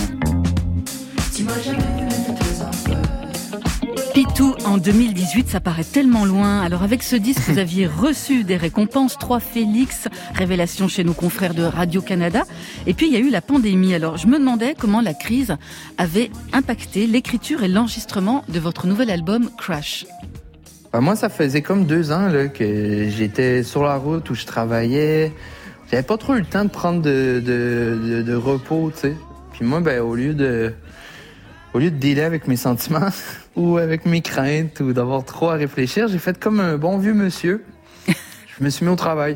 Pitou en deux mille dix-huit, ça paraît tellement loin. Alors avec ce disque, vous aviez reçu des récompenses, trois Félix, révélation chez nos confrères de Radio-Canada. Et puis il y a eu la pandémie. Alors je me demandais comment la crise avait impacté l'écriture et l'enregistrement de votre nouvel album Crash. Bah moi, ça faisait comme deux ans là, que j'étais sur la route où je travaillais. J'avais pas trop eu le temps de prendre de, de, de, de repos, tu sais. Puis moi, ben au lieu de... Au lieu de dealer avec mes sentiments ou avec mes craintes ou d'avoir trop à réfléchir, j'ai fait comme un bon vieux monsieur. Je me suis mis au travail.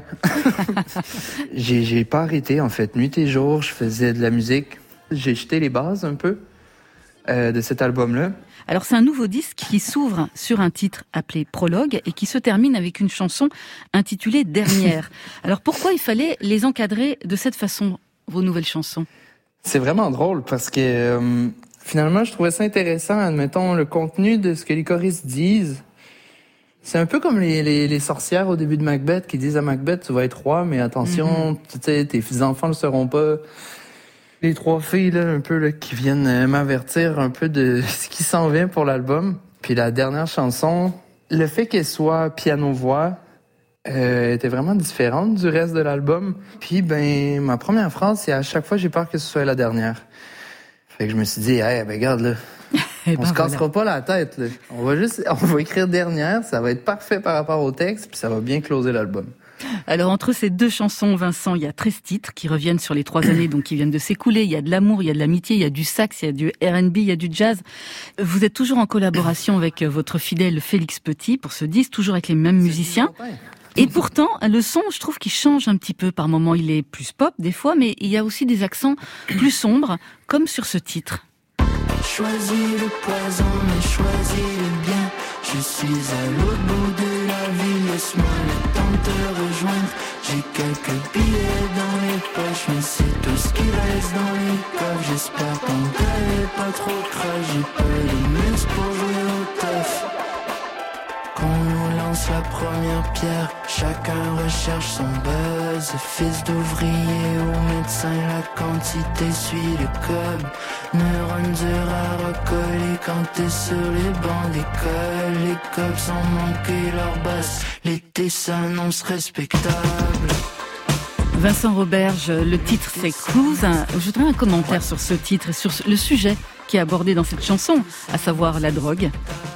j'ai, j'ai pas arrêté, en fait. Nuit et jour, je faisais de la musique. J'ai jeté les bases un peu euh, de cet album-là. Alors c'est un nouveau disque qui s'ouvre sur un titre appelé Prologue et qui se termine avec une chanson intitulée Dernière. Alors pourquoi il fallait les encadrer de cette façon, vos nouvelles chansons ? C'est vraiment drôle parce que... Euh, Finalement, je trouvais ça intéressant, admettons, le contenu de ce que les choristes disent. C'est un peu comme les, les, les sorcières au début de Macbeth qui disent à Macbeth, tu vas être roi, mais attention, mm-hmm. tu sais, tes enfants ne le seront pas. Les trois filles, là, un peu, là, qui viennent m'avertir un peu de ce qui s'en vient pour l'album. Puis la dernière chanson, le fait qu'elle soit piano-voix, euh, était vraiment différente du reste de l'album. Puis, ben, ma première phrase, c'est à chaque fois, j'ai peur que ce soit la dernière. Fait que je me suis dit, hey, ben regarde là, on ben se cassera voilà. pas la tête là. On va juste, on va écrire Dernière, ça va être parfait par rapport au texte, puis ça va bien closer l'album. Alors entre ces deux chansons, Vincent, il y a treize titres qui reviennent sur les trois années, donc qui viennent de s'écouler. Il y a de l'amour, il y a de l'amitié, il y a du sax, il y a du R and B, il y a du jazz. Vous êtes toujours en collaboration avec votre fidèle Félix Petit pour ce disque, toujours avec les mêmes musiciens. Et pourtant, le son, je trouve qu'il change un petit peu. Par moments, il est plus pop, des fois, mais il y a aussi des accents plus sombres, comme sur ce titre. Choisis le poison, mais choisis le bien. Je suis à l'autre bout de la ville, laisse-moi le temps de te rejoindre. J'ai quelques billets dans les poches, mais c'est tout ce qui reste dans les coffres. J'espère ton cœur est pas trop creux, j'ai pas de muscles pour jouer au teuf. Qu'on nous lance la première pierre, chacun recherche son buzz. Fils d'ouvrier ou médecin, la quantité suit le code. Neurones durs à recoller quand t'es sur les bancs d'école. Les cops ont manqué leur basse, l'été s'annonce respectable. Vincent Roberge, le titre c'est Cruise. Je voudrais un commentaire sur ce titre et sur le sujet qui est abordé dans cette chanson, à savoir la drogue.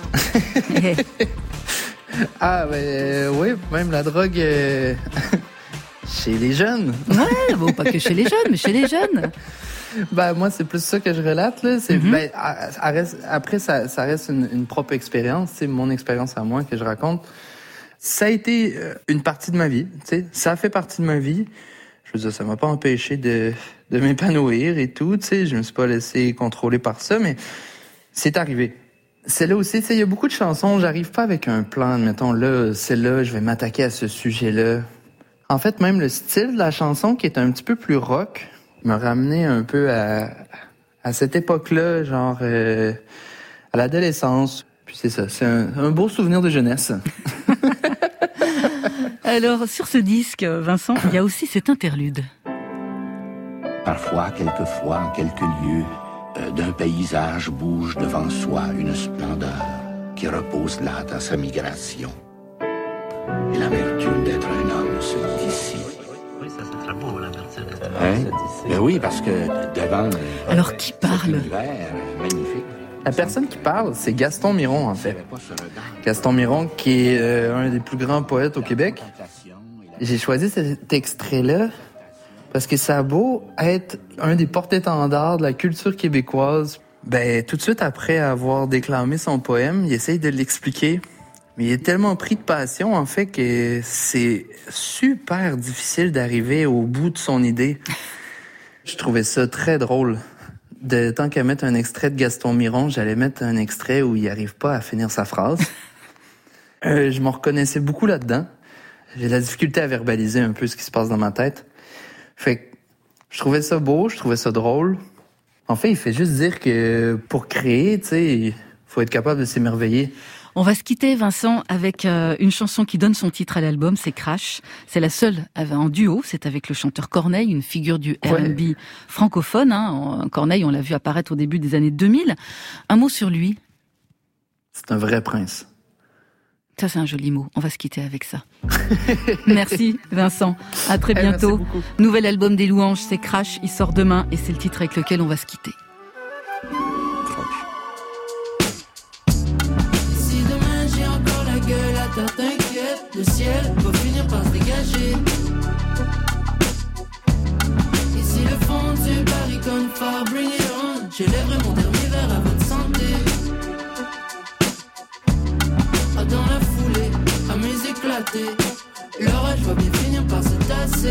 Ah, ben euh, oui, même la drogue euh, chez les jeunes. Ouais, bon, pas que chez les jeunes, mais chez les jeunes. Ben, moi, c'est plus ça que je relate, là. C'est, mm-hmm. ben, à, à reste, après, ça, ça reste une, une propre expérience, c'est mon expérience à moi que je raconte. Ça a été une partie de ma vie, tu sais. Ça a fait partie de ma vie. Je veux dire, ça m'a pas empêché de, de m'épanouir et tout, tu sais. Je me suis pas laissé contrôler par ça, mais c'est arrivé. C'est là aussi, tu sais, il y a beaucoup de chansons, j'arrive pas avec un plan, mettons, là, c'est là, je vais m'attaquer à ce sujet-là. En fait, même le style de la chanson, qui est un petit peu plus rock, me ramenait un peu à, à cette époque-là, genre, euh, à l'adolescence. Puis c'est ça, c'est un, un beau souvenir de jeunesse. Alors, sur ce disque, Vincent, il y a aussi cet interlude. Parfois, quelquefois, en quelques lieux, euh, d'un paysage bouge devant soi une splendeur qui repose là dans sa migration. Et l'amertume d'être un homme se dissipe. Oui, ça c'est très beau, l'amertume d'être un hein? homme se dissipe. Ben oui, parce que devant... Alors, qui parle? Univers magnifique. La personne qui parle, c'est Gaston Miron, en fait. Gaston Miron, qui est euh, un des plus grands poètes au Québec. J'ai choisi cet extrait-là parce que ça a beau être un des porte-étendards de la culture québécoise. Ben, tout de suite après avoir déclamé son poème, il essaye de l'expliquer. Mais il est tellement pris de passion, en fait, que c'est super difficile d'arriver au bout de son idée. Je trouvais ça très drôle. De, tant qu'à mettre un extrait de Gaston Miron, j'allais mettre un extrait où il n'arrive pas à finir sa phrase. euh, je m'en reconnaissais beaucoup là-dedans. J'ai de la difficulté à verbaliser un peu ce qui se passe dans ma tête. Fait que je trouvais ça beau, je trouvais ça drôle. En fait, il fait juste dire que pour créer, tu sais, il faut être capable de s'émerveiller. On va se quitter, Vincent, avec euh, une chanson qui donne son titre à l'album, c'est Crash. C'est la seule en duo, c'est avec le chanteur Corneille, une figure du R and B ouais. francophone. Hein. Corneille, on l'a vu apparaître au début des années deux mille. Un mot sur lui. C'est un vrai prince. Ça, c'est un joli mot. On va se quitter avec ça. Merci, Vincent. À très bientôt. Eh, nouvel album des Louanges, c'est Crash. Il sort demain et c'est le titre avec lequel on va se quitter. T'inquiète, le ciel va finir par se dégager. Ici le fond du baril comme far, bring it on. J'élèverai mon dernier verre à votre santé. Ah, dans la foulée, à mes éclatés, l'orage va bien finir par se tasser.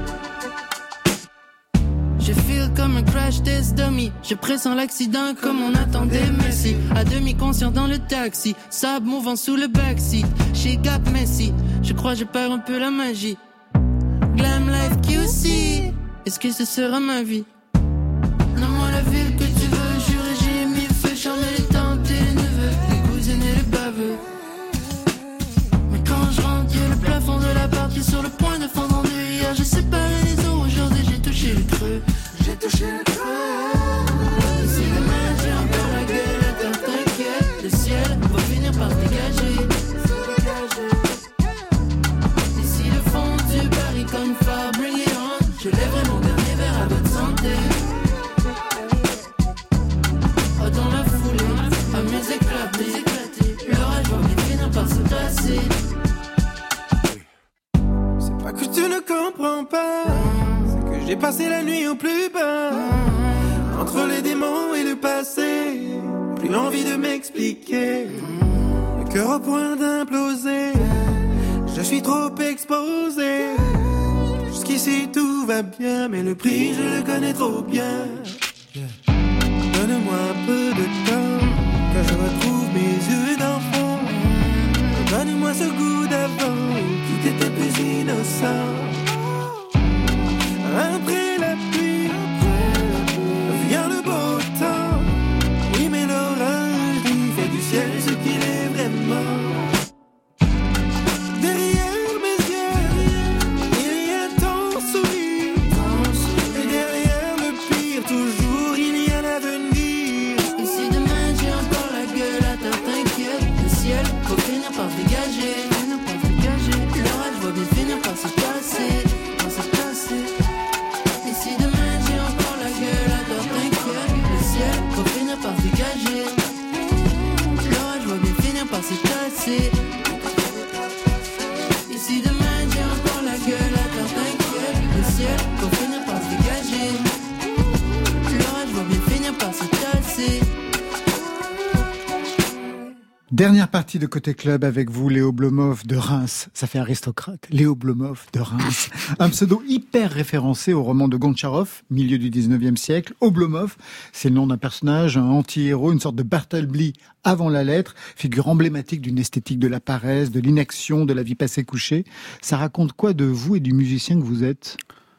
Je feel comme un crash test dummy. Je pressens l'accident comme on attendait Messi. À demi conscient dans le taxi, sable mouvant sous le backseat. Chez Gap Messi, je crois je perds un peu la magie. Glam life Q C, est-ce que ce sera ma vie? Nomme-moi la ville que tu veux, juré j'ai mis le feu, charmer les tantes et les neveux, les cousines et les baveux. Mais quand je rentre, y'a le plafond de la partie sur le point de fondre en deux. Hier j'ai séparé les eaux, aujourd'hui j'ai touché le creux. J'ai touché le creux. Si demain j'ai encore la gueule, attends t'inquiète, le ciel va finir par se dégager. Ici le fond du baril comme phare, bring it on. Je lèverai mon dernier verre à votre santé. Oh dans la foulée, à mes éclatés, l'orage va bien finir par se tasser. C'est pas que tu ne comprends pas, j'ai passé la nuit au plus bas, entre les démons et le passé, plus envie de m'expliquer, le cœur au point d'imploser, je suis trop exposé, jusqu'ici tout va bien, mais le prix je le connais trop bien. Donne-moi un peu de temps, que je retrouve mes yeux d'enfant, donne-moi ce goût d'avant, tout était plus innocent. Après la pluie, vient le beau temps. Oui, mais l'orage, il fait du ciel ce qu'il est vraiment. Derrière mes yeux, il y a ton sourire. Et derrière le pire, toujours il y a l'avenir. Et si demain j'ai encore la gueule, attends t'inquiète, le ciel va finir par se dégager. L'orage va bien finir par se passer. Dernière partie de Côté Club avec vous, Léo Blomov de Reims. Ça fait aristocrate. Léo Blomov de Reims. Un pseudo hyper référencé au roman de Goncharov, milieu du dix-neuvième siècle. Oblomov, c'est le nom d'un personnage, un anti-héros, une sorte de Bartleby avant la lettre, figure emblématique d'une esthétique de la paresse, de l'inaction, de la vie passée couchée. Ça raconte quoi de vous et du musicien que vous êtes ?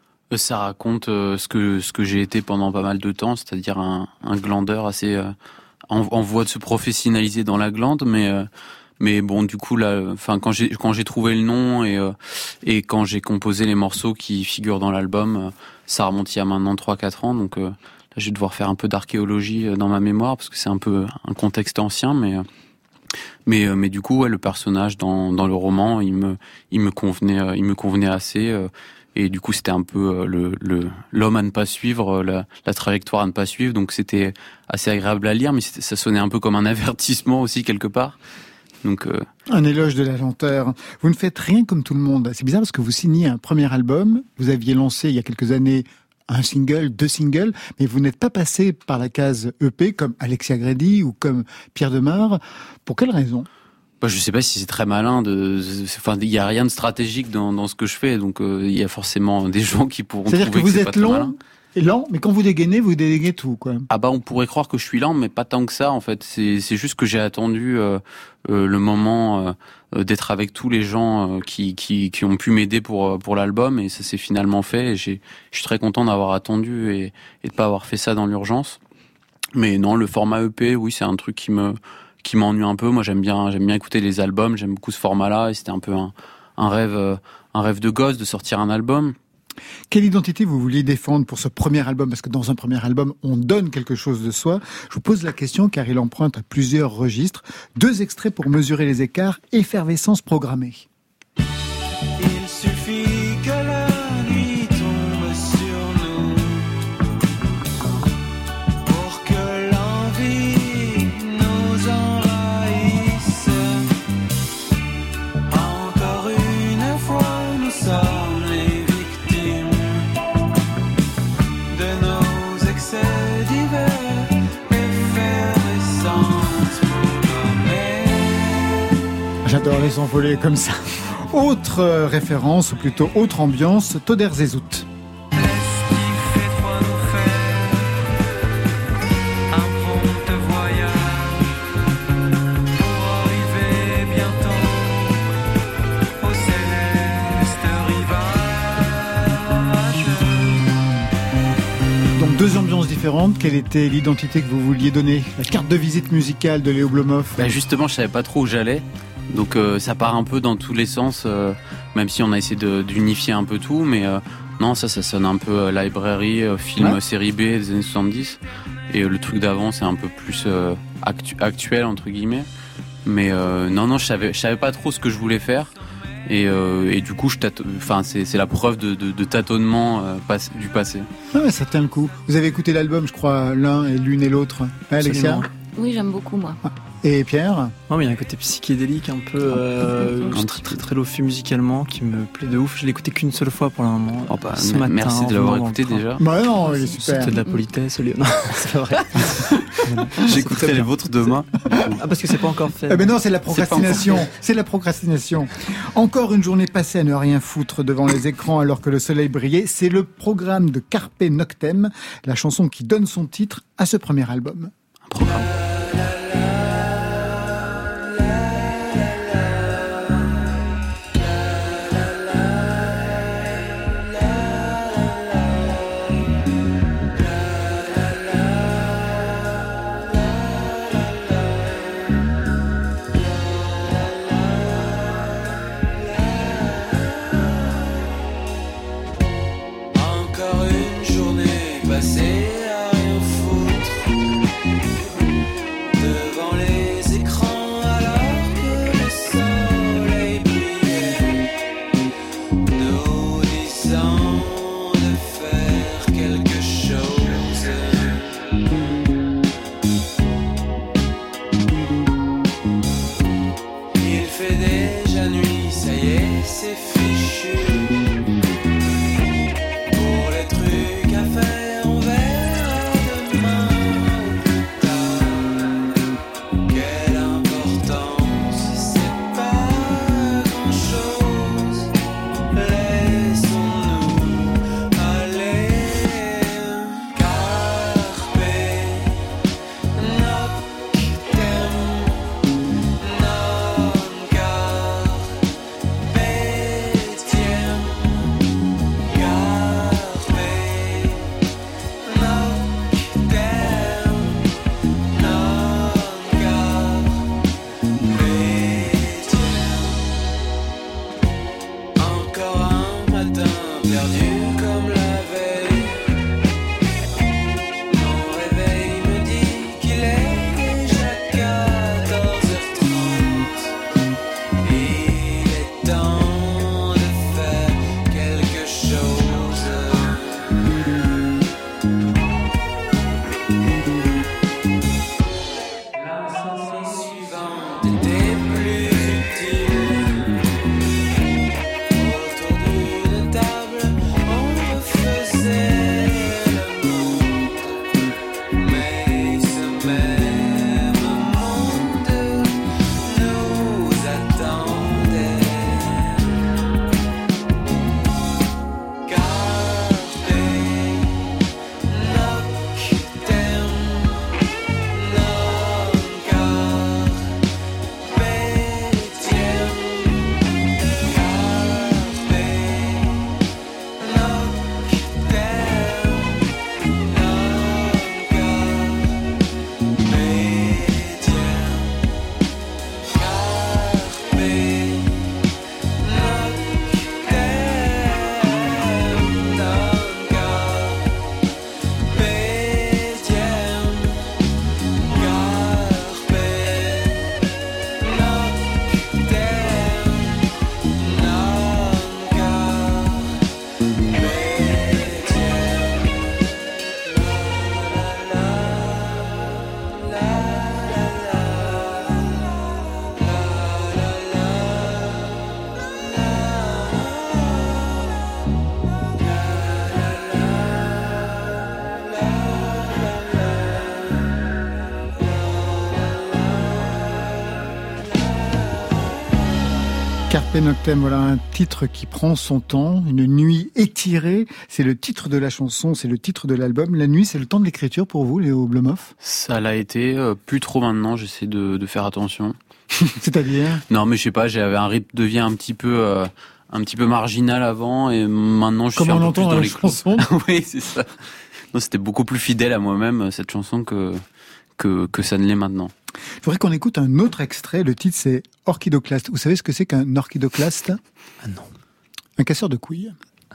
Ça raconte euh, ce que ce que j'ai été pendant pas mal de temps, c'est-à-dire un, un glandeur assez... Euh, En, en voie de se professionnaliser dans la glande, mais euh, mais bon, du coup là, enfin quand j'ai quand j'ai trouvé le nom et euh, et quand j'ai composé les morceaux qui figurent dans l'album, euh, ça remonte il y a maintenant trois quatre ans, donc euh, là je vais devoir faire un peu d'archéologie dans ma mémoire parce que c'est un peu un contexte ancien, mais euh, mais euh, mais du coup ouais, le personnage dans dans le roman, il me il me convenait euh, il me convenait assez. Euh, Et du coup, c'était un peu le, le l'homme à ne pas suivre, la, la trajectoire à ne pas suivre. Donc, c'était assez agréable à lire, mais ça sonnait un peu comme un avertissement aussi quelque part. Donc, euh... un éloge de la lenteur. Vous ne faites rien comme tout le monde. C'est bizarre parce que vous signez un premier album. Vous aviez lancé il y a quelques années un single, deux singles, mais vous n'êtes pas passé par la case E P comme Alexia Grady ou comme Pierre Demar. Pour quelle raison ? Bah, je sais pas si c'est très malin de, enfin, il y a rien de stratégique dans, dans ce que je fais, donc euh, il y a forcément des gens qui pourront C'est-à-dire trouver que vous que c'est êtes pas très lent, malin. et lent, mais quand vous dégainez, vous dégainez tout, quoi. Ah bah, on pourrait croire que je suis lent, mais pas tant que ça, en fait. C'est, c'est juste que j'ai attendu euh, euh, le moment euh, d'être avec tous les gens euh, qui, qui, qui ont pu m'aider pour pour l'album, et ça s'est finalement fait. Et j'ai, je suis très content d'avoir attendu et, et de pas avoir fait ça dans l'urgence. Mais non, le format E P, oui, c'est un truc qui me qui m'ennuie un peu. Moi, j'aime bien, j'aime bien écouter les albums, j'aime beaucoup ce format-là, et c'était un peu un, un rêve, euh, un rêve de gosse de sortir un album. Quelle identité vous vouliez défendre pour ce premier album ? Parce que dans un premier album, on donne quelque chose de soi. Je vous pose la question car il emprunte à plusieurs registres. Deux extraits pour mesurer les écarts. Effervescence programmée. Il suffit que la nuit tombe sur nous pour que l'envie nous envahisse. Encore une fois, nous sommes les victimes de nos excès divers. Effervescence programmée. J'adore les envolées comme ça. Autre euh, référence, ou plutôt autre ambiance, Toder Zézout. Donc deux ambiances différentes, quelle était l'identité que vous vouliez donner ? La carte de visite musicale de Léo Blomov ? Bah justement, je savais pas trop où j'allais. Donc euh, ça part un peu dans tous les sens, euh, même si on a essayé de, d'unifier un peu tout, mais euh, non, ça, ça sonne un peu euh, library, euh, film, ouais. série B des années soixante-dix, et euh, le truc d'avant, c'est un peu plus euh, actu- actuel, entre guillemets, mais euh, non, non, je savais, je savais pas trop ce que je voulais faire, et, euh, et du coup, je tâte... enfin, c'est, c'est la preuve de, de, de tâtonnement euh, pas... du passé. Ah ouais, ça tient le coup. Vous avez écouté l'album, je crois, l'un et l'une et l'autre, hein, Alexia ? Oui, j'aime beaucoup, moi. Et Pierre ? Non, mais il y a un côté psychédélique un peu euh, très très très lofi musicalement qui me plaît de ouf. Je l'ai écouté qu'une seule fois pour le moment. Oh bah, ce m- matin, merci de l'avoir écouté déjà. Bah non, il est super. C'était de la politesse au lieu. Non, c'est vrai. J'écouterai les vôtres demain. Ah, parce que c'est pas encore fait. Eh ben non, c'est la procrastination. C'est, c'est la procrastination. Encore une journée passée à ne rien foutre devant les écrans alors que le soleil brillait. C'est le programme de Carpe Noctem, la chanson qui donne son titre à ce premier album. Un programme. Encore une journée passée à rien foutre devant les écrans alors que le soleil brillait, nous disant de faire quelque chose. Il fait déjà nuit, ça y est, c'est fichu. Pour les trucs à faire, on verra demain ou plus tard. Quelle importance Carpe Noctem, voilà un titre qui prend son temps, une nuit étirée. C'est le titre de la chanson, c'est le titre de l'album. La nuit, c'est le temps de l'écriture pour vous, Léo Blomoff? Ça l'a été, euh, plus trop maintenant, j'essaie de, de faire attention. C'est-à-dire? Non, mais je sais pas, j'avais un rythme de vie un petit peu... Euh, un petit peu marginal avant, et maintenant je Comme suis un on peu plus dans la les chanson. Oui, c'est ça. Non, c'était beaucoup plus fidèle à moi-même, cette chanson, que, que, que ça ne l'est maintenant. Je voudrais qu'on écoute un autre extrait. Le titre, c'est Orchidoclaste. Vous savez ce que c'est qu'un orchidoclaste? Ah non. Un casseur de couilles.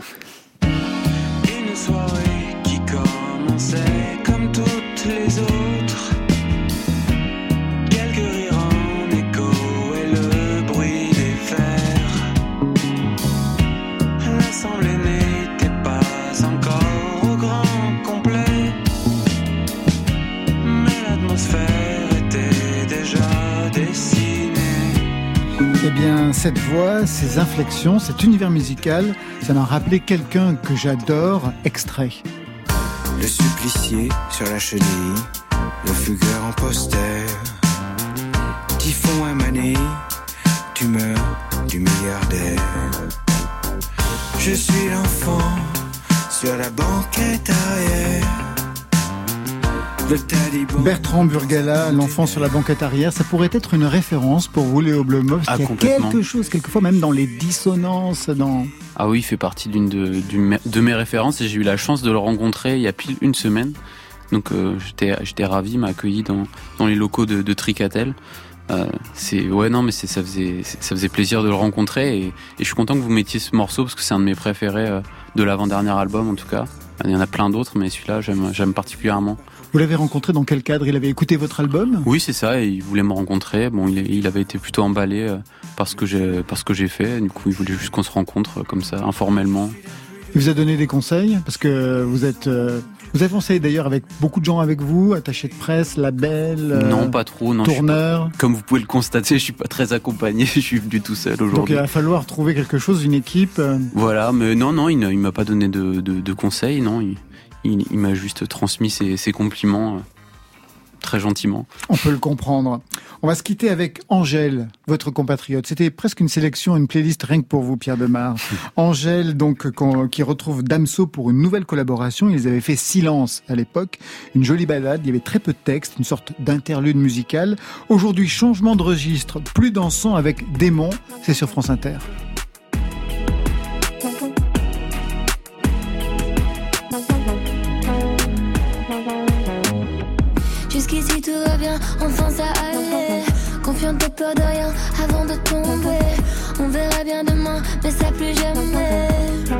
Une soirée qui commençait comme toutes les autres. Quelques rires en écho et le bruit des fers. L'assemblée n'était pas encore au grand complet, mais l'atmosphère était déjà dessinée. Eh bien, cette voix, ces inflexions, cet univers musical, ça m'a rappelé quelqu'un que j'adore. Extrait. Le supplicié sur la chenille, le fugueur en poster, typhon émané, tumeur du milliardaire. Je suis l'enfant sur la banquette arrière. Bertrand Burgala, l'enfant sur la banquette arrière, ça pourrait être une référence pour vous, Léo Blomoff, parce ah, qu'il y a quelque chose, quelquefois même dans les dissonances, dans... Ah oui, il fait partie d'une de, d'une, de mes références, et j'ai eu la chance de le rencontrer il y a pile une semaine. Donc euh, j'étais, j'étais ravi, il m'a accueilli dans, dans les locaux de, de Tricatel. Euh, c'est ouais non mais c'est, ça faisait ça faisait plaisir de le rencontrer, et, et je suis content que vous mettiez ce morceau parce que c'est un de mes préférés euh, de l'avant-dernier album en tout cas. Il y en a plein d'autres, mais celui-là j'aime j'aime particulièrement. Vous l'avez rencontré dans quel cadre? Il avait écouté votre album? Oui, c'est ça, et il voulait me rencontrer. Bon, il, il avait été plutôt emballé euh, par ce que j'ai par ce que j'ai fait. Du coup, il voulait juste qu'on se rencontre euh, comme ça, informellement. Il vous a donné des conseils? Parce que vous êtes... Euh, vous avez conseillé d'ailleurs avec beaucoup de gens avec vous, attachés de presse, label, euh, non, pas trop, non, tourneur. Pas, comme vous pouvez le constater, je suis pas très accompagné, je suis venu tout seul aujourd'hui. Donc il va falloir trouver quelque chose, une équipe. Euh... Voilà, mais non, non, il, il m'a pas donné de, de, de conseils, non. Il, il, il m'a juste transmis ses, ses compliments. Euh, très gentiment. On peut le comprendre. On va se quitter avec Angèle, votre compatriote. C'était presque une sélection, une playlist rien que pour vous, Pierre Demar. Angèle, donc, qui retrouve Damso pour une nouvelle collaboration. Ils avaient fait Silence à l'époque. Une jolie balade. Il y avait très peu de texte, une sorte d'interlude musical. Aujourd'hui, changement de registre, plus dansant avec Démon. C'est sur France Inter. Jusqu'ici tout va bien, enfin ça allait. Confiante, t'as peur de rien avant de tomber. On verra bien demain, mais ça plus jamais.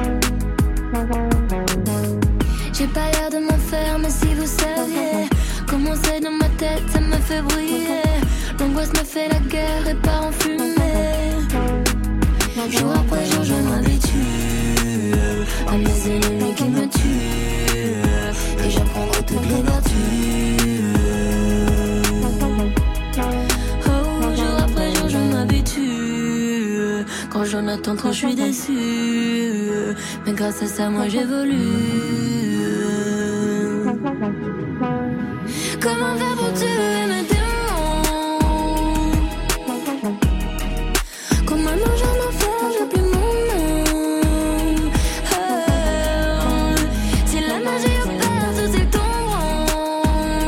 J'ai pas l'air de m'en faire, mais si vous saviez comment c'est dans ma tête, ça me fait briller. L'angoisse me fait la guerre et part en fumée. Jour après jour, je m'habitue à mes ennemis qui me tuent, et j'apprendrai toutes les vertus. Quand j'en attends trop, je suis déçue. Mais grâce à ça, moi j'évolue. Comment faire pour tuer mes démons? Comment j'en en faire, j'ai plus mon nom. Oh, si la magie opère, tout c'est tombant.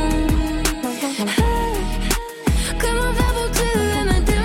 Oh, comment faire pour tuer mes démons?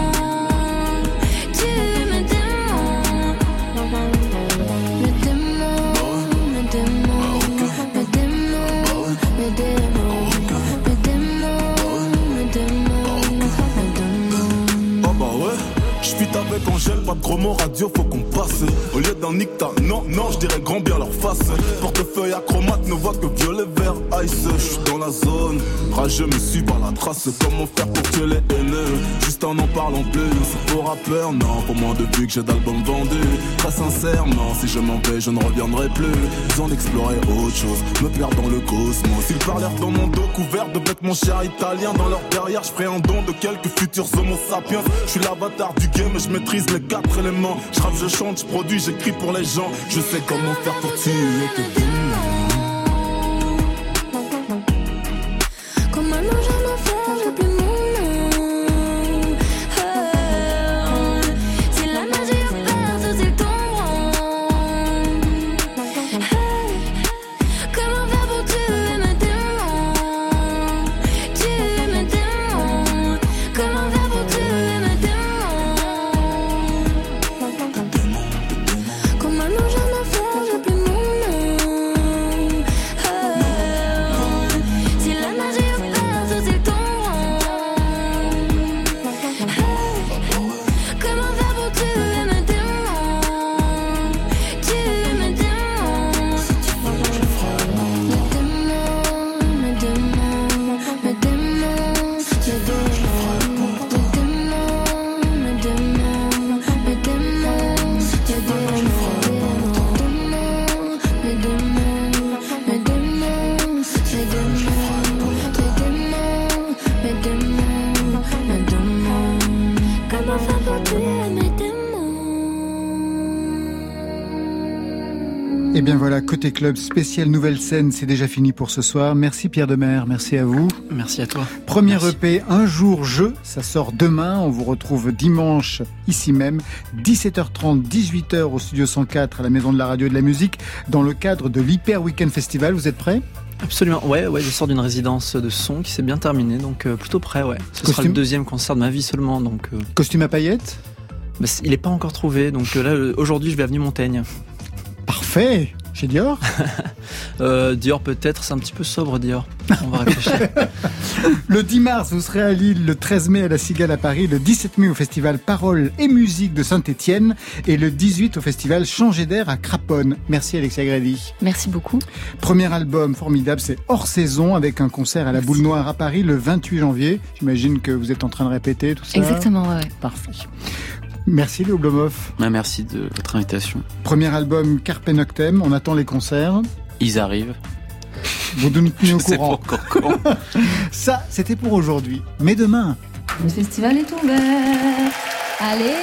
Avec Angèle, pas de gros mots radio, faut qu'on passe. Au lieu d'un nicta, non, non, je dirais grand bien leur face. Portefeuille acromate ne voit que violet, vert, ice. Je suis dans la zone, rageux me suis par la trace. Comment faire pour tuer les haineux? Juste en en parlant plus. C'est pour rappeur, non, pour moi depuis que j'ai d'albums vendus. Très sincèrement, si je m'en vais, je ne reviendrai plus. Besoin d'explorer autre chose, me perdre dans le cosmos. Ils parlèrent dans mon dos couvert de vêtements chers italiens. Dans leur derrière, je ferai un don de quelques futurs homo sapiens. Je suis l'avatar du game, je maîtrise les quatre éléments. Je rappe, je chante, je produis, j'écris pour les gens. Je sais comment faire pour tuer tes démons. Comment j'en en faire, j'ai plus mon nom. Oh, si la Et bien voilà, Côté Club, spécial nouvelle scène, c'est déjà fini pour ce soir. Merci Pierre Demers, merci à vous. Merci à toi. Premier merci. E P, Un jour je, ça sort demain. On vous retrouve dimanche, ici même, dix-sept heures trente, dix-huit heures au Studio cent quatre à la Maison de la Radio et de la Musique, dans le cadre de l'Hyper Weekend Festival. Vous êtes prêts ? Absolument, ouais, ouais, je sors d'une résidence de son qui s'est bien terminée, donc euh, plutôt prêt, ouais. Ce Costume... sera le deuxième concert de ma vie seulement, donc... Euh... Costume à paillettes ? Bah, il n'est pas encore trouvé, donc euh, là, euh, aujourd'hui, je vais à Avenue Montaigne. Parfait. Chez Dior euh, Dior peut-être, c'est un petit peu sobre Dior. On va réfléchir. Le dix mars, vous serez à Lille, le treize mai à la Cigale à Paris, le dix-sept mai au festival Paroles et Musique de Saint-Étienne et le dix-huit au festival Changer d'air à Craponne. Merci Alexia Grédy. Merci beaucoup. Premier album formidable, c'est Hors Saison avec un concert à la Boule Noire à Paris le vingt-huit janvier. J'imagine que vous êtes en train de répéter tout ça. Exactement, ouais. Parfait. Merci Léo Blomhoff. Ouais, merci de votre invitation. Premier album Carpe Noctem, on attend les concerts. Ils arrivent. Vous nous tenez au Je sais courant. pas encore quand. Ça, c'était pour aujourd'hui. Mais demain... Le festival est ouvert. Allez!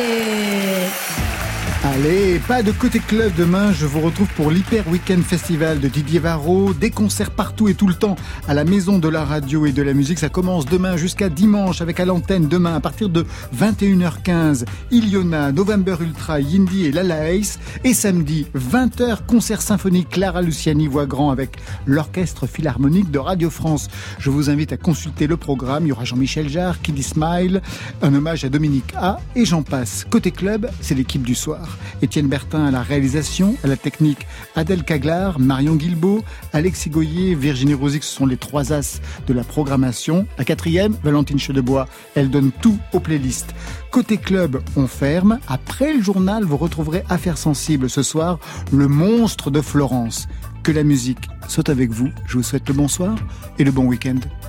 Allez, pas de Côté Club demain, je vous retrouve pour l'Hyper Weekend Festival de Didier Varro, des concerts partout et tout le temps à la Maison de la Radio et de la Musique. Ça commence demain jusqu'à dimanche avec à l'antenne demain à partir de vingt et une heures quinze, Iliona, November Ultra, Yindi et Lala Ace. Et samedi, vingt heures, concert symphonique Clara Luciani voix grand avec l'Orchestre Philharmonique de Radio France. Je vous invite à consulter le programme, il y aura Jean-Michel Jarre, Kiddy Smile, un hommage à Dominique A et j'en passe. Côté Club, c'est l'équipe du soir. Étienne Bertin à la réalisation, à la technique, Adèle Caglar, Marion Guilbault, Alexis Goyer, Virginie Rosic, ce sont les trois as de la programmation. La quatrième, Valentine Chedebois, elle donne tout aux playlists. Côté Club, on ferme. Après le journal, vous retrouverez Affaires sensibles ce soir, le monstre de Florence. Que la musique soit avec vous. Je vous souhaite le bonsoir et le bon week-end.